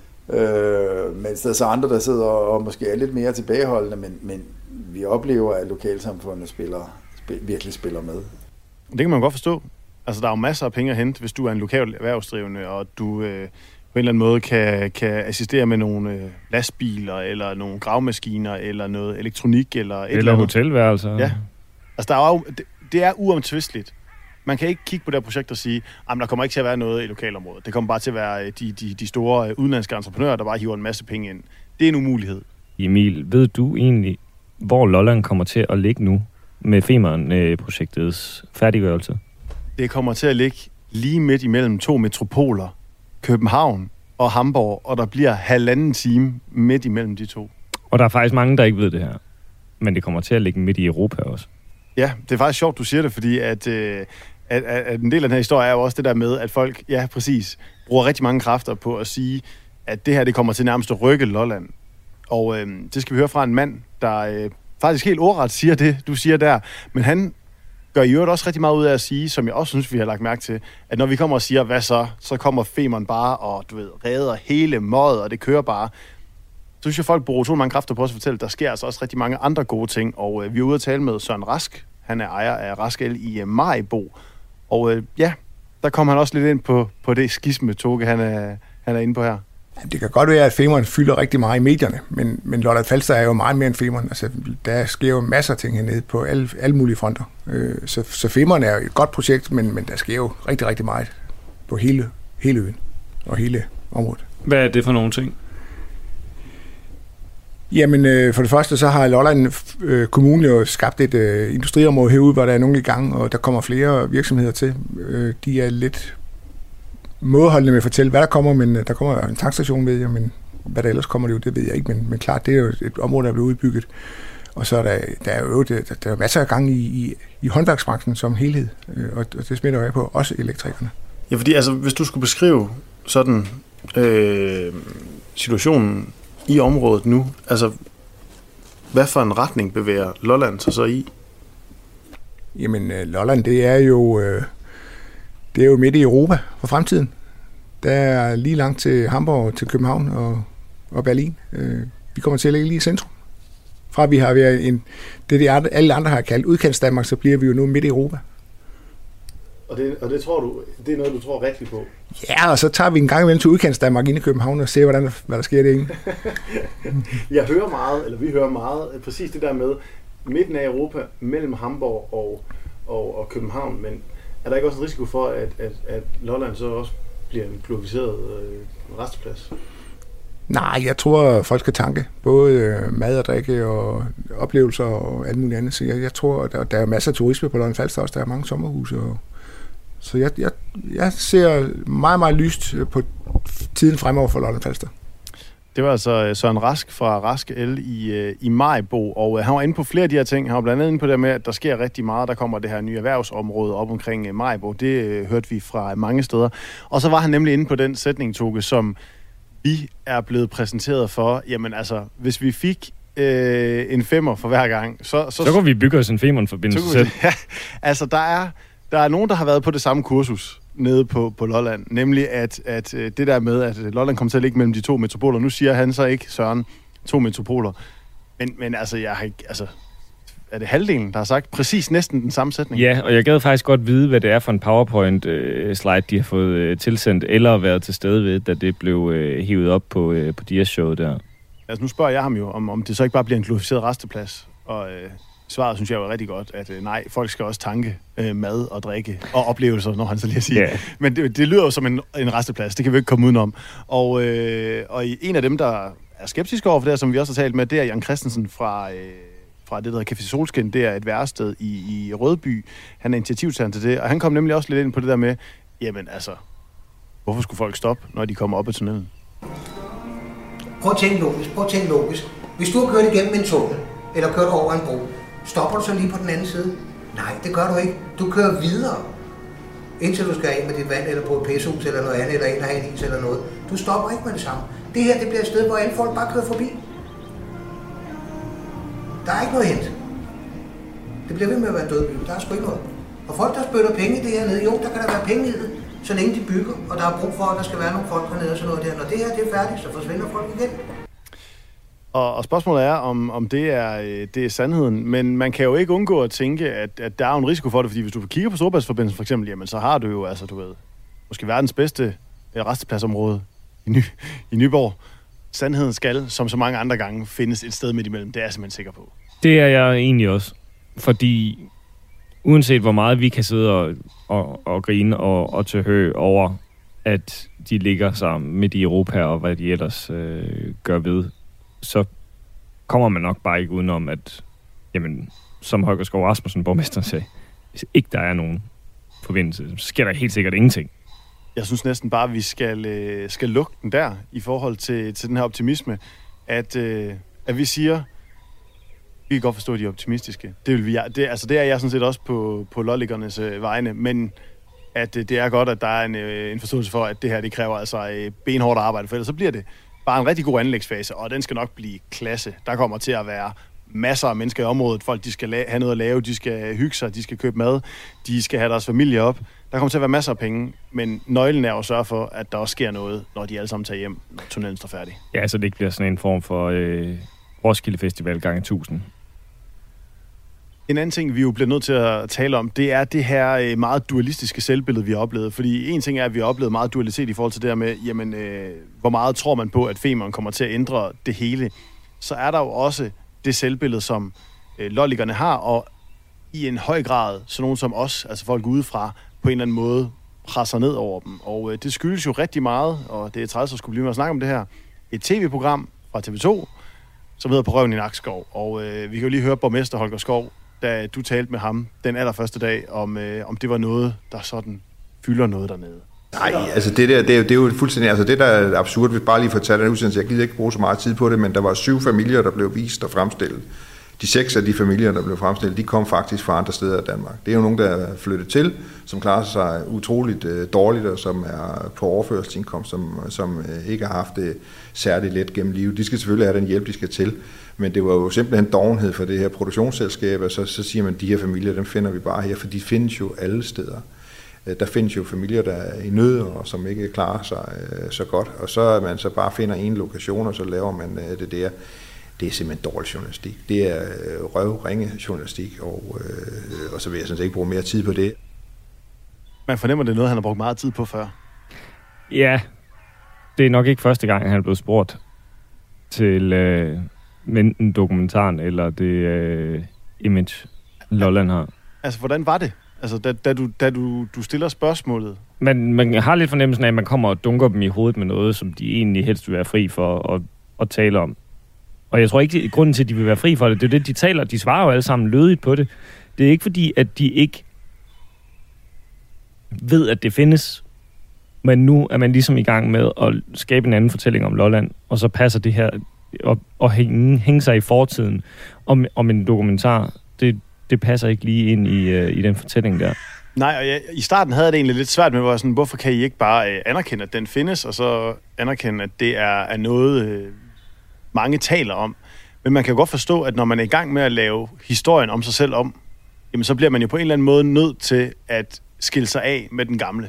Speaker 10: Øh, mens der er så andre, der sidder og måske er lidt mere tilbageholdende, men, men vi oplever, at lokalsamfundet spiller, spil, virkelig spiller med.
Speaker 1: Det kan man godt forstå. Altså, der er jo masser af penge at hente, hvis du er en lokal erhvervsdrivende, og du øh, på en eller anden måde kan, kan assistere med nogle øh, lastbiler, eller nogle gravmaskiner, eller noget elektronik, eller et
Speaker 8: eller,
Speaker 1: eller andet.
Speaker 8: Hotelværelser.
Speaker 1: Ja. Altså, der er jo, det, det er uomtvisteligt. Man kan ikke kigge på det her projekt og sige, at der kommer ikke til at være noget i lokalområdet. Det kommer bare til at være de, de, de store udenlandske entreprenører, der bare hiver en masse penge ind. Det er en umulighed.
Speaker 8: Emil, ved du egentlig, hvor Lolland kommer til at ligge nu med Femern-projektets færdiggørelse?
Speaker 1: Det kommer til at ligge lige midt imellem to metropoler, København og Hamburg, og der bliver halvanden time midt imellem de to.
Speaker 8: Og der er faktisk mange, der ikke ved det her. Men det kommer til at ligge midt i Europa også.
Speaker 1: Ja, det er faktisk sjovt, du siger det, fordi at, øh, at, at en del af den her historie er jo også det der med, at folk, ja præcis, bruger rigtig mange kræfter på at sige, at det her det kommer til nærmest at rykke Lolland. Og øh, det skal vi høre fra en mand, der øh, faktisk helt ordret siger det, du siger der. Men han gør i øvrigt også rigtig meget ud af at sige, som jeg også synes, vi har lagt mærke til, at når vi kommer og siger, hvad så, så kommer Femern bare og, du ved, redder hele mødet, og det kører bare. Så synes jeg, folk bruger utrolig mange kræfter på os at fortælle, at der sker altså også rigtig mange andre gode ting. Og øh, vi er ude at tale med Søren Rask. Han er ejer af Rask El i øh, Maribo. Og øh, ja, der kommer han også lidt ind på, på det skisme, Toge, han er, han er inde på her.
Speaker 11: Det kan godt være, at Femern fylder rigtig meget i medierne, men, men Lolland Falster er jo meget mere end Femern. Altså, der sker jo masser af ting hernede på alle, alle mulige fronter. Øh, så, så Femern er jo et godt projekt, men, men der sker jo rigtig, rigtig meget på hele, hele øen og hele området.
Speaker 12: Hvad er det for nogle ting?
Speaker 11: Jamen, øh, for det første, så har Lolland øh, Kommune jo skabt et øh, industriområde herude, hvor der er nogen i gang, og der kommer flere virksomheder til. Øh, de er lidt mådeholdende med at fortælle, hvad der kommer, men der kommer en tankstation, ved jeg, men hvad der ellers kommer det jo, det ved jeg ikke, men, men klart, det er jo et område, der er blevet udbygget. Og så er der, der er jo der, der er masser af gang i, i, i håndværksbranchen som helhed, og, og det smitter jo af på, også elektrikerne.
Speaker 1: Ja, fordi altså, hvis du skulle beskrive sådan øh, situationen i området nu, altså, hvad for en retning bevæger Lolland sig så i?
Speaker 11: Jamen, Lolland, det er jo... Øh, Det er jo midt i Europa for fremtiden. Der er lige langt til Hamburg, til København og, og Berlin. Øh, vi kommer til at ligge lige i centrum. Fra vi har været en, det, de andre, alle andre har kaldt udkantsdanmark, så bliver vi jo nu midt i Europa.
Speaker 1: Og det, og det tror du, det er noget, du tror rigtigt på?
Speaker 11: Ja, og så tager vi en gang imellem til udkantsdanmark inde i København og ser, hvordan, hvad der sker derinde.
Speaker 1: Jeg hører meget, eller vi hører meget, præcis det der med midten af Europa, mellem Hamburg og, og, og København, men er der ikke også en risiko for, at, at, at Lolland så også bliver en glorificeret øh, resteplads?
Speaker 11: Nej, jeg tror, folk skal tanke. Både øh, mad og drikke og oplevelser og alt muligt andet. Så jeg, jeg tror, der, der er masser af turisme på Lolland Falster også. Der er mange sommerhuse. Og, så jeg, jeg, jeg ser meget, meget lyst på tiden fremover for Lolland Falster.
Speaker 1: Det var altså Søren Rask fra Rask El i, i Maribo, og han var inde på flere af de her ting. Han var blandt andet inde på det med, at der sker rigtig meget. Der kommer det her nye erhvervsområde op omkring Maribo. Det øh, hørte vi fra mange steder. Og så var han nemlig inde på den sætning, Toge, som vi er blevet præsenteret for. Jamen altså, hvis vi fik øh, en femmer for hver gang, så... Så,
Speaker 8: så kunne vi bygge os en Femern-forbindelse selv.
Speaker 1: Ja, altså der er, der er nogen, der har været på det samme kursus nede på, på Lolland, nemlig at, at det der med, at Lolland kommer til at ligge mellem de to metropoler. Nu siger han så ikke, Søren, to metropoler. Men, men altså, jeg har ikke, altså, er det halvdelen, der har sagt præcis næsten den samme sætning?
Speaker 8: Ja, og jeg gad faktisk godt vide, hvad det er for en PowerPoint-slide, de har fået tilsendt, eller været til stede ved, da det blev hivet op på, på D S-showet der.
Speaker 1: Altså, nu spørger jeg ham jo, om, om det så ikke bare bliver en glorificeret resteplads, og... Øh, svaret synes jeg jo rigtig godt, at øh, nej, folk skal også tanke øh, mad og drikke og oplevelser, når han så lige siger. Yeah. Men det, det lyder jo som en, en resteplads, det kan vi ikke komme udenom. Og, øh, og en af dem, der er skeptiske over for det her, som vi også har talt med, det er Jan Christensen fra, øh, fra det, der hedder Café Solskin. Det er et værested i, i Rødby. Han er initiativtageren til det, og han kom nemlig også lidt ind på det der med, jamen altså, hvorfor skulle folk stoppe, når de kommer op ad tunnelen?
Speaker 12: Prøv at tænke logisk, prøv at tænke logisk. Hvis du har kørt igennem en tunnel, eller kørt over en bro, stopper du så lige på den anden side? Nej, det gør du ikke. Du kører videre, indtil du skal af med dit vand, eller på et pissehus, eller noget andet, eller en, der har en is, eller noget. Du stopper ikke med det samme. Det her, det bliver et sted, hvor alle folk bare kører forbi. Der er ikke noget hent. Det bliver ved med at være dødby. Der er sgu ikke noget. Og folk, der spytter penge i det her nede, jo, der kan der være penge i det, så længe de bygger, og der er brug for, at der skal være nogle folk hernede og sådan noget der. Når det her det er færdigt, så forsvinder folk igen.
Speaker 1: Og, og spørgsmålet er, om, om det, er, det er sandheden. Men man kan jo ikke undgå at tænke, at, at der er en risiko for det, fordi hvis du kigger på Storebæltsforbindelsen for eksempel, jamen så har du jo, altså du ved, måske verdens bedste restepladsområde i, Ny, i Nyborg. Sandheden skal, som så mange andre gange, findes et sted midt imellem. Det er jeg simpelthen sikker på.
Speaker 8: Det er jeg egentlig også. Fordi uanset hvor meget vi kan sidde og, og, og grine og, og tilhøge over, at de ligger sammen midt i Europa og hvad de ellers øh, gør ved, så kommer man nok bare ikke udenom, at jamen, som Holger Skov Rasmussen, borgmesteren, sagde, hvis ikke der er nogen forbindelse, så sker der helt sikkert ingenting.
Speaker 1: Jeg synes næsten bare, at vi skal, øh, skal lukke den der i forhold til, til den her optimisme, at, øh, at vi siger, vi kan godt forstå, at de er optimistiske. Det, vil vi, det, altså det er jeg sådan set også på, på lollikernes øh, vegne, men at øh, det er godt, at der er en, øh, en forståelse for, at det her det kræver altså øh, benhårdt arbejde, for ellers så bliver det bare en rigtig god anlægsfase, og den skal nok blive klasse. Der kommer til at være masser af mennesker i området. Folk, de skal la- have noget at lave, de skal hygge sig, de skal købe mad, de skal have deres familie op. Der kommer til at være masser af penge, men nøglen er at sørge for, at der også sker noget, når de alle sammen tager hjem, når tunnelen står færdig.
Speaker 8: Ja, så det ikke bliver sådan en form for øh, Roskilde Festival gange tusind.
Speaker 1: En anden ting, vi jo bliver nødt til at tale om, det er det her meget dualistiske selvbillede, vi har oplevet. Fordi en ting er, at vi har oplevet meget dualitet i forhold til det her med, jamen, øh, hvor meget tror man på, at Femern kommer til at ændre det hele. Så er der jo også det selvbillede, som øh, lollikerne har, og i en høj grad, så nogen som os, altså folk udefra, på en eller anden måde presser ned over dem. Og øh, det skyldes jo rigtig meget, og det er træls at skulle blive med at snakke om det her. Et tv-program fra T V to, som hedder På røven i Nakskov. Og øh, vi kan jo lige høre borgmester Holger Skov, da du talte med ham den allerførste dag, om, øh, om det var noget, der sådan fylder noget dernede.
Speaker 7: Nej, altså det der, det er jo, det er jo fuldstændig, altså det der er absurd, hvis bare lige fortælle den udsendelse, jeg gider ikke bruge så meget tid på det, men der var syv familier, der blev vist og fremstillet. De seks af de familier, der blev fremstillet, de kom faktisk fra andre steder i Danmark. Det er jo nogen, der er flyttet til, som klarer sig utroligt øh, dårligt, og som er på overførselsindkomst, som, som øh, ikke har haft det særligt let gennem livet. De skal selvfølgelig have den hjælp, de skal til. Men det var jo simpelthen dovenhed for det her produktionsselskab, og så, så siger man, at de her familier, dem finder vi bare her, for de findes jo alle steder. Der findes jo familier, der er i nød, og som ikke klarer sig øh, så godt, og så man så bare finder en lokation, og så laver man øh, det der. Det er simpelthen dårlig journalistik. Det er øh, røv-ringe journalistik, og, øh, og så vil jeg sådan set ikke bruge mere tid på det.
Speaker 1: Man fornemmer, det er noget, han har brugt meget tid på før.
Speaker 8: Ja, det er nok ikke første gang, han er blevet spurgt til øh, enten dokumentaren eller det øh, image, Lolland har.
Speaker 1: Altså, hvordan var det? Altså, da, da, du, da du, du stiller spørgsmålet?
Speaker 8: Man, man har lidt fornemmelsen af, at man kommer og dunker dem i hovedet med noget, som de egentlig helst vil være fri for at, at tale om. Og jeg tror ikke, at grunden til, at de vil være fri for det, det er det, de taler. De svarer jo alle sammen lødigt på det. Det er ikke fordi, at de ikke ved, at det findes. Men nu er man ligesom i gang med at skabe en anden fortælling om Lolland, og så passer det her at, at hænge, hænge sig i fortiden om, om en dokumentar. Det, det passer ikke lige ind i, uh, i den fortælling der.
Speaker 1: Nej, og jeg, i starten havde jeg det egentlig lidt svært med, hvor sådan, hvorfor kan I ikke bare øh, anerkende, at den findes, og så anerkende, at det er, er noget, øh, mange taler om. Men man kan jo godt forstå, at når man er i gang med at lave historien om sig selv om, jamen så bliver man jo på en eller anden måde nødt til at skille sig af med den gamle.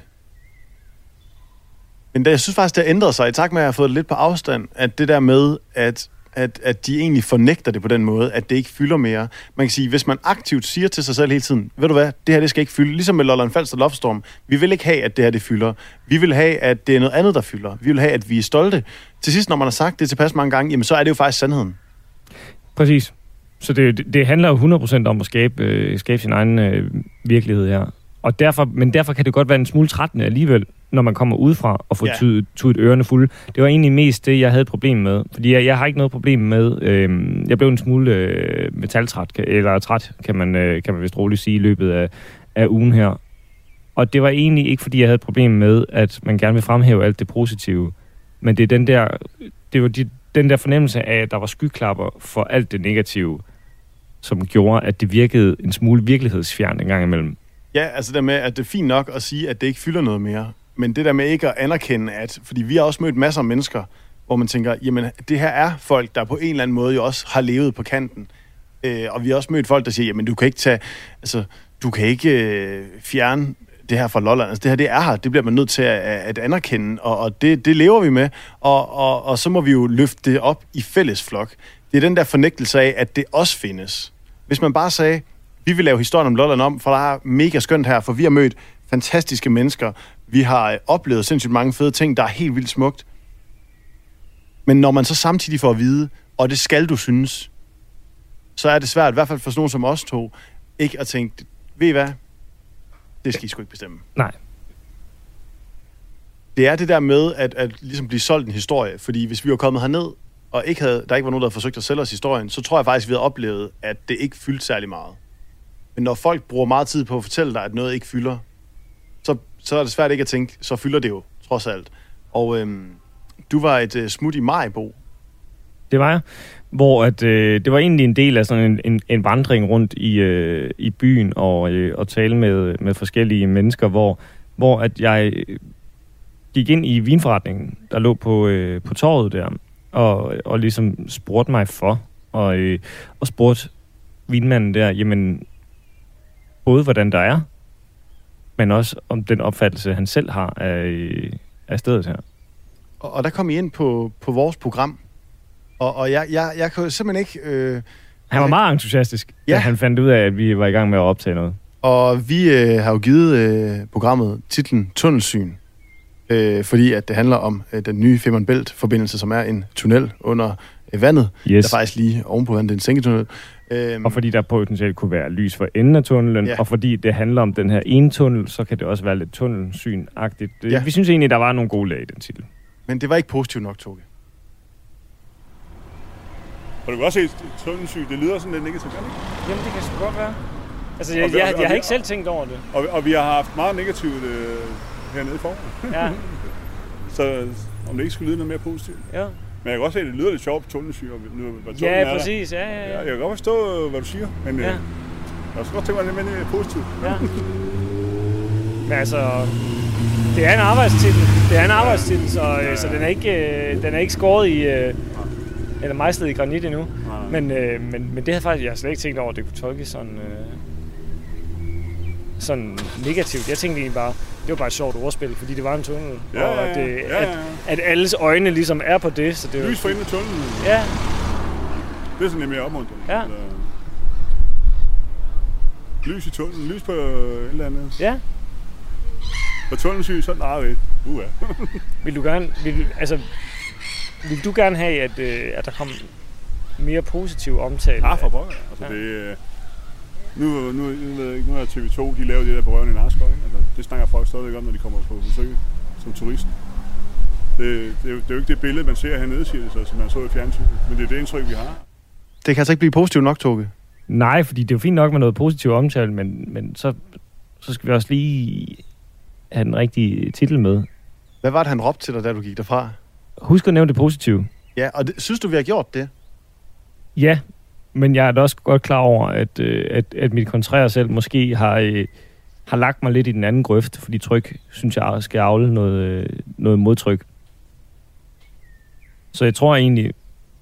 Speaker 1: Men jeg synes faktisk, det har ændret sig, i takt med, at jeg har fået det lidt på afstand, at det der med, at, at, at de egentlig fornægter det på den måde, at det ikke fylder mere. Man kan sige, hvis man aktivt siger til sig selv hele tiden, ved du hvad, det her det skal ikke fylde, ligesom med Lolland Falster Loftstorm, vi vil ikke have, at det her det fylder. Vi vil have, at det er noget andet, der fylder. Vi vil have, at vi er stolte. Til sidst, når man har sagt det tilpas mange gange, jamen så er det jo faktisk sandheden.
Speaker 8: Præcis. Så det, det handler jo hundrede procent om at skabe, øh, skabe sin egen øh, virkelighed her. Og derfor, men derfor kan det godt være en smule trættende alligevel, når man kommer udefra og får
Speaker 1: Ja.
Speaker 8: tudet, tudet ørerne fulde. Det var egentlig mest det, jeg havde et problem med. Fordi jeg, jeg har ikke noget problem med... Øh, jeg blev en smule øh, metaltræt, eller træt, kan man, øh, kan man vist roligt sige, i løbet af, af ugen her. Og det var egentlig ikke, fordi jeg havde et problem med, at man gerne vil fremhæve alt det positive. Men det er den der, det var de, den der fornemmelse af, at der var skyklapper for alt det negative, som gjorde, at det virkede en smule virkelighedsfjernt en gang imellem.
Speaker 1: Ja, altså det med, at det er fint nok at sige, at det ikke fylder noget mere. Men det der med ikke at anerkende, at... Fordi vi har også mødt masser af mennesker, hvor man tænker, jamen det her er folk, der på en eller anden måde jo også har levet på kanten. Øh, og vi har også mødt folk, der siger, jamen du kan ikke tage... Altså, du kan ikke øh, fjerne det her fra Lolland. Altså det her, det er her. Det bliver man nødt til at, at anerkende. Og, og det, det lever vi med. Og, og, og så må vi jo løfte det op i fælles flok. Det er den der fornægtelse af, at det også findes. Hvis man bare sagde, vi vil lave historien om Lolland om, for der er mega skønt her, for vi har mødt fantastiske mennesker. Vi har oplevet sindssygt mange fede ting, der er helt vildt smukt. Men når man så samtidig får at vide, og det skal du synes, så er det svært, i hvert fald for sådan nogen som os to, ikke at tænke, ved I hvad? Det skal I sgu ikke bestemme.
Speaker 8: Nej.
Speaker 1: Det er det der med, at, at ligesom blive solgt en historie, fordi hvis vi var kommet herned, og ikke havde, der ikke var nogen, der havde forsøgt at sælge os historien, så tror jeg faktisk, vi havde oplevet, at det ikke fyldte særlig meget. Men når folk bruger meget tid på at fortælle dig, at noget ikke fylder, så, så er det svært ikke at tænke, så fylder det jo, trods alt. Og øhm, du var et øh, smut i Maribo.
Speaker 8: Det var jeg. Hvor at, øh, det var egentlig en del af sådan en, en, en vandring rundt i, øh, i byen og, øh, og tale med, med forskellige mennesker, hvor, hvor at jeg gik ind i vinforretningen, der lå på, øh, på torvet der, og, og ligesom spurgte mig for, og, øh, og spurgte vinmanden der, jamen, både hvordan der er, men også om den opfattelse, han selv har af, af stedet her.
Speaker 1: Og, og der kom I ind på, på vores program, og, og jeg, jeg, jeg kan simpelthen ikke... Øh,
Speaker 8: han var meget entusiastisk,
Speaker 1: ja.
Speaker 8: da han fandt ud af, at vi var i gang med at optage noget.
Speaker 1: Og vi øh, har jo givet øh, programmet titlen Tunnelsyn, øh, fordi at det handler om øh, den nye Femern Bælt-forbindelse, som er en tunnel under øh, vandet.
Speaker 8: Yes.
Speaker 1: Der er faktisk lige ovenpå vandet, det er en sænketunnel.
Speaker 8: Øhm, og fordi der potentielt kunne være lys for enden af tunnelen,
Speaker 1: ja.
Speaker 8: Og fordi det handler om den her ene tunnel, så kan det også være lidt tunnelsyn-agtigt. Ja. Vi synes egentlig, der var nogle gode lag i den titel.
Speaker 1: Men det var ikke positivt nok, Toge.
Speaker 9: Og du kan også se, at tunnelsyn, det lyder sådan lidt negativt, ikke?
Speaker 8: Jamen, det kan sgu godt være. Altså, jeg, og, jeg, jeg, jeg har ikke selv tænkt over det.
Speaker 9: Og, og vi har haft meget negativt øh, hernede i forvejen.
Speaker 8: Ja.
Speaker 9: Så om det ikke skulle lyde noget mere positivt.
Speaker 8: Ja.
Speaker 9: Men jeg kan også se, at det lyder lidt sjovt på tunnelsyn.
Speaker 8: Ja, præcis. Ja, ja, ja.
Speaker 9: Ja, jeg kan godt forstå, hvad du siger, men ja. øh, jeg skal godt tænke mig lidt mere positivt.
Speaker 8: Ja. Men altså, det er en arbejdstitel. Det er en arbejdstitel, så, ja, ja. så den, er ikke, den er ikke skåret i, eller mejslet i granit endnu. Ja. Men, men, men det havde faktisk, jeg har slet ikke tænkt over, at det kunne tolkes sådan, sådan negativt. Jeg tænkte egentlig bare, det var bare et sjovt ordspil, fordi det var en tunnel.
Speaker 9: Ja,
Speaker 8: og at, det,
Speaker 9: ja, ja.
Speaker 8: At, at alles øjne ligesom er på det. Så det
Speaker 9: lys for enden af tunnelen.
Speaker 8: Ja.
Speaker 9: Det er sådan lidt mere opmuntrende.
Speaker 8: Ja.
Speaker 9: Eller, lys i tunnelen, lys på et eller andet.
Speaker 8: Ja.
Speaker 9: Og tunnelsyn, så nej, det. Uh, ja.
Speaker 8: Vil du gerne, vil, altså, vil du gerne have, at, at der kom mere positiv omtale?
Speaker 9: Ja, for pokker. Altså, ja. det Nu, nu, nu, nu er T V to, de laver det der berøvende i Narskov. Altså, det snakker folk stadigvæk om, når de kommer på besøg som turist. Det, det, er jo, det er jo ikke det billede, man ser hernede, siger det så, som man så i fjernsynet. Men det er det indtryk, vi har.
Speaker 1: Det kan altså ikke blive positivt nok, Toge.
Speaker 8: Nej, fordi det er jo fint nok med noget positiv omtale, men, men så, så skal vi også lige have den rigtige titel med.
Speaker 1: Hvad var det, han råbte til dig, da du gik derfra?
Speaker 8: Husk at nævne det positive.
Speaker 1: Ja, og det, synes du, vi har gjort det?
Speaker 8: Ja, men jeg er da også godt klar over, at, at, at mit kontrære selv måske har, har lagt mig lidt i den anden grøft, fordi tryk, synes jeg, skal afle noget, noget modtryk. Så jeg tror egentlig,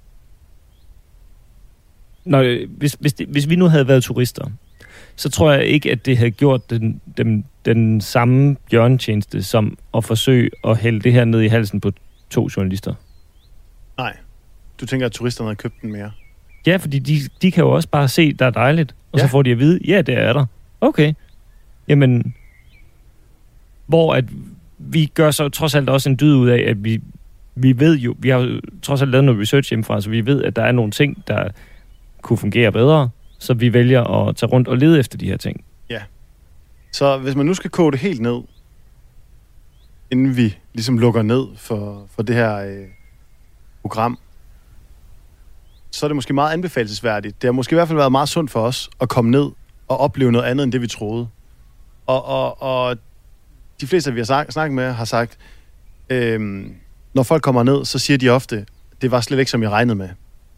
Speaker 8: når, hvis, hvis, det, hvis vi nu havde været turister, så tror jeg ikke, at det havde gjort den, den, den samme bjørnetjeneste, som at forsøge at hælde det her ned i halsen på to journalister.
Speaker 1: Nej. Du tænker, at turisterne havde købt den mere?
Speaker 8: Ja, fordi de, de kan jo også bare se, der er dejligt, og ja. Så får de at vide, ja, det er der. Okay. Jamen, hvor at vi gør så trods alt også en dyd ud af, at vi, vi ved jo, vi har jo trods alt lavet noget research hjemmefra, så vi ved, at der er nogle ting, der kunne fungere bedre, så vi vælger at tage rundt og lede efter de her ting.
Speaker 1: Ja. Så hvis man nu skal koge det helt ned, inden vi ligesom lukker ned for, for det her øh, program, så er det måske meget anbefalesværdigt. Det har måske i hvert fald været meget sundt for os at komme ned og opleve noget andet, end det vi troede. Og, og, og de fleste, vi har snakket med, har sagt, øh, når folk kommer ned, så siger de ofte, det var slet ikke, som jeg regnede med.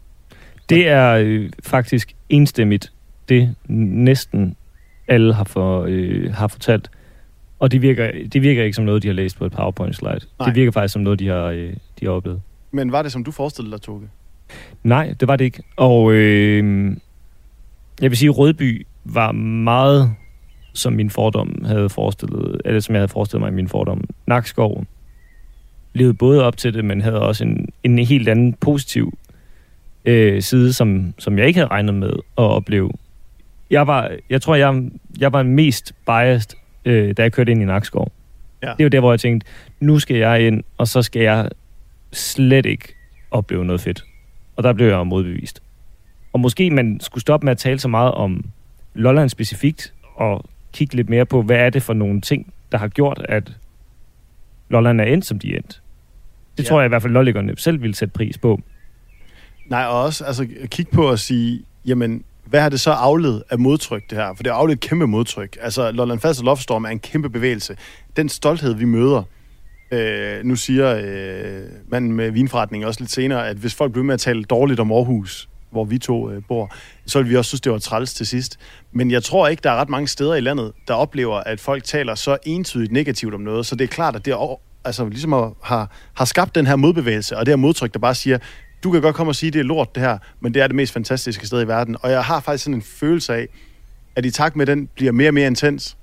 Speaker 8: Det er øh, faktisk enstemmigt, det næsten alle har, for, øh, har fortalt. Og det virker, det virker ikke som noget, de har læst på et PowerPoint-slide. Nej. Det virker faktisk som noget, de har, øh, de har oplevet.
Speaker 1: Men var det, som du forestillede dig, Toge?
Speaker 8: Nej, det var det ikke. Og øh, jeg vil sige, at Rødby var meget, som min fordom havde forestillet, eller som jeg havde forestillet mig i min fordom. Nakskov levede både op til det, men havde også en, en helt anden positiv øh, side, som, som jeg ikke havde regnet med at opleve. Jeg var, jeg tror, jeg, jeg var mest biased, øh, da jeg kørte ind i Nakskov. Ja. Det er jo der, hvor jeg tænkte, nu skal jeg ind, og så skal jeg slet ikke opleve noget fedt. Og der blev jeg modbevist. Og måske man skulle stoppe med at tale så meget om Lolland specifikt, og kigge lidt mere på, hvad er det for nogle ting, der har gjort, at Lolland er endt, som de er endt. Det ja. tror jeg i hvert fald, lollæggerne selv ville sætte pris på.
Speaker 1: Nej, og også altså, kigge på og sige, jamen, hvad har det så afledt af modtryk, det her? For det har afledt et kæmpe modtryk. Altså, Lolland Falster Loftstorm er en kæmpe bevægelse. Den stolthed, vi møder, øh, nu siger øh, manden med vinforretningen også lidt senere, at hvis folk bliver med at tale dårligt om Aarhus, hvor vi to øh, bor, så vil vi også synes, det var træls til sidst. Men jeg tror ikke, der er ret mange steder i landet, der oplever, at folk taler så entydigt negativt om noget. Så det er klart, at det er, altså, ligesom har, har skabt den her modbevægelse, og det her modtryk, der bare siger, du kan godt komme og sige, det er lort det her, men det er det mest fantastiske sted i verden. Og jeg har faktisk sådan en følelse af, at i takt med, at den bliver mere og mere intens,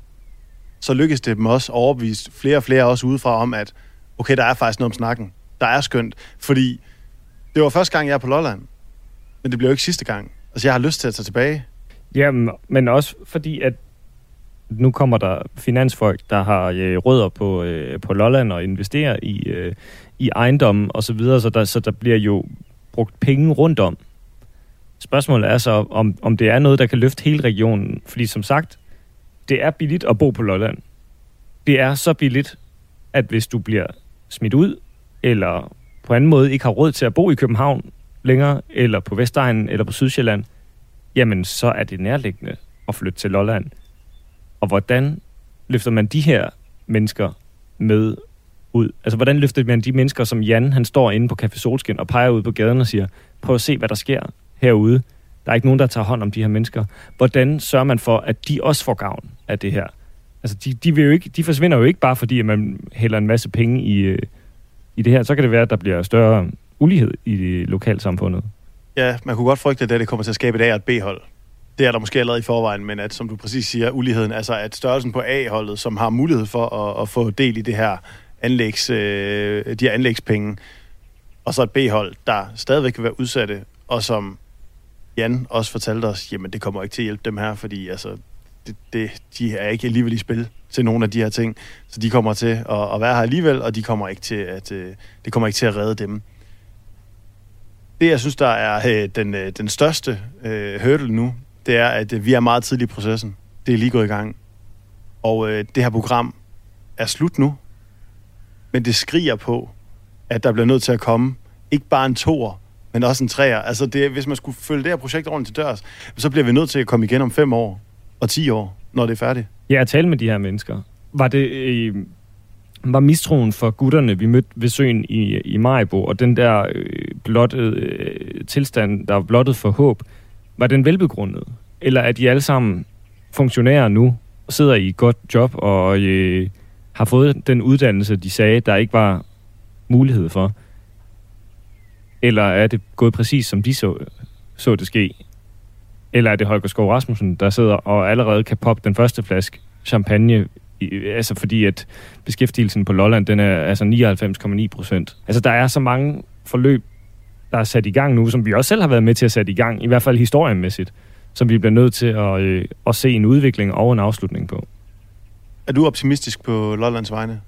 Speaker 1: så lykkes det dem også at overbevise flere og flere også udefra om, at okay, der er faktisk noget om snakken. Der er skønt, fordi det var første gang, jeg er på Lolland, men det bliver jo ikke sidste gang. Altså, jeg har lyst til at tage tilbage.
Speaker 8: Jamen, men også fordi, at nu kommer der finansfolk, der har øh, rødder på, øh, på Lolland og investerer i, øh, i ejendommen og så videre, så der, så der bliver jo brugt penge rundt om. Spørgsmålet er så, om, om det er noget, der kan løfte hele regionen. Fordi som sagt, det er billigt at bo på Lolland. Det er så billigt, at hvis du bliver smidt ud, eller på anden måde ikke har råd til at bo i København længere, eller på Vestegnen, eller på Sydsjælland, jamen så er det nærliggende at flytte til Lolland. Og hvordan løfter man de her mennesker med ud? Altså, hvordan løfter man de mennesker, som Jan, han står inde på Café Solskin og peger ud på gaden og siger, prøv at se, hvad der sker herude. Der er ikke nogen, der tager hånd om de her mennesker. Hvordan sørger man for, at de også får gavn af det her? Altså, de, de, vil jo ikke, de forsvinder jo ikke bare, fordi at man hælder en masse penge i, i det her. Så kan det være, at der bliver større ulighed i lokalsamfundet.
Speaker 1: Ja, man kunne godt frygte, at det kommer til at skabe et A- og et B-hold. Det er der måske allerede i forvejen, men at, som du præcis siger, uligheden, altså at størrelsen på A-holdet, som har mulighed for at, at få del i det her anlægs, øh, de her anlægspenge, og så et B-hold, der stadigvæk kan være udsatte, og som Jan også fortalte os, jamen det kommer ikke til at hjælpe dem her, fordi altså, det, det, de er ikke alligevel i spil til nogle af de her ting, så de kommer til at, at være her alligevel, og de kommer ikke til at, øh, det kommer ikke til at redde dem. Det, jeg synes, der er øh, den, øh, den største øh, hurdle nu, det er, at øh, vi er meget tidligt i processen. Det er lige gået i gang. Og øh, det her program er slut nu, men det skriger på, at der bliver nødt til at komme ikke bare en toer, men også en treer. Altså, det, hvis man skulle følge det her projekt ordentligt til dørs, så bliver vi nødt til at komme igen om fem år og ti år, når det er færdigt.
Speaker 8: Ja, at tale med de her mennesker. Var det... Øh var mistroen for gutterne, vi mødte ved søen i, i Maribo, og den der øh, blottede øh, tilstand, der var blottet for håb, var den velbegrundet? Eller er de alle sammen funktionærer nu, og sidder i et godt job, og øh, har fået den uddannelse, de sagde, der ikke var mulighed for? Eller er det gået præcis, som de så, så det ske? Eller er det Holger Skov Rasmussen, der sidder og allerede kan poppe den første flaske champagne, altså fordi at beskæftigelsen på Lolland, den er altså nioghalvfems komma ni procent. Altså der er så mange forløb, der er sat i gang nu, som vi også selv har været med til at sætte i gang, i hvert fald historiemæssigt, som vi bliver nødt til at, øh, at se en udvikling og en afslutning på.
Speaker 1: Er du optimistisk på Lollands vegne?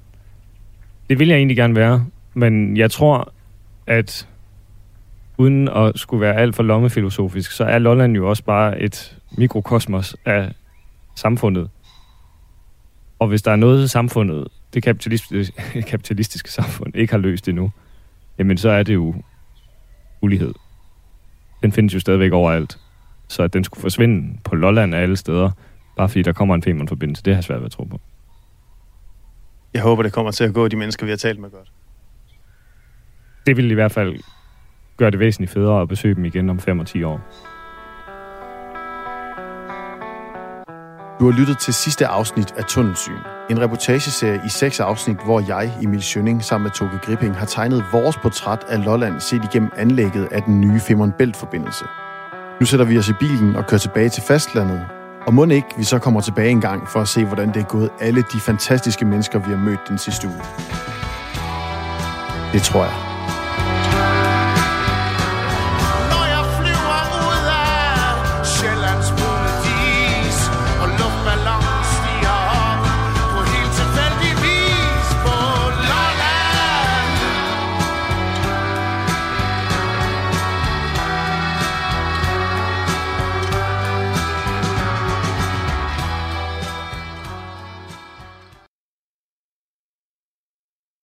Speaker 8: Det vil jeg egentlig gerne være, men jeg tror, at uden at skulle være alt for lommefilosofisk, så er Lolland jo også bare et mikrokosmos af samfundet. Og hvis der er noget, samfundet det kapitalistiske, kapitalistiske samfund ikke har løst endnu, jamen så er det jo ulighed. Den findes jo stadigvæk overalt. Så at den skulle forsvinde på Lolland af alle steder, bare fordi der kommer en Femern-forbindelse, det har jeg svært ved at tro på.
Speaker 1: Jeg håber, det kommer til at gå de mennesker, vi har talt med godt.
Speaker 8: Det vil i hvert fald gøre det væsentligt federe at besøge dem igen om fem og ti år.
Speaker 1: Du har lyttet til sidste afsnit af Tunnelsyn. En reportageserie i seks afsnit, hvor jeg, Emil Schønning, sammen med Toke Gripping, har tegnet vores portræt af Lolland set igennem anlægget af den nye Femern Bælt-forbindelse. Nu sætter vi os i bilen og kører tilbage til fastlandet. Og må ikke, vi så kommer tilbage en gang for at se, hvordan det er gået alle de fantastiske mennesker, vi har mødt den sidste uge. Det tror jeg.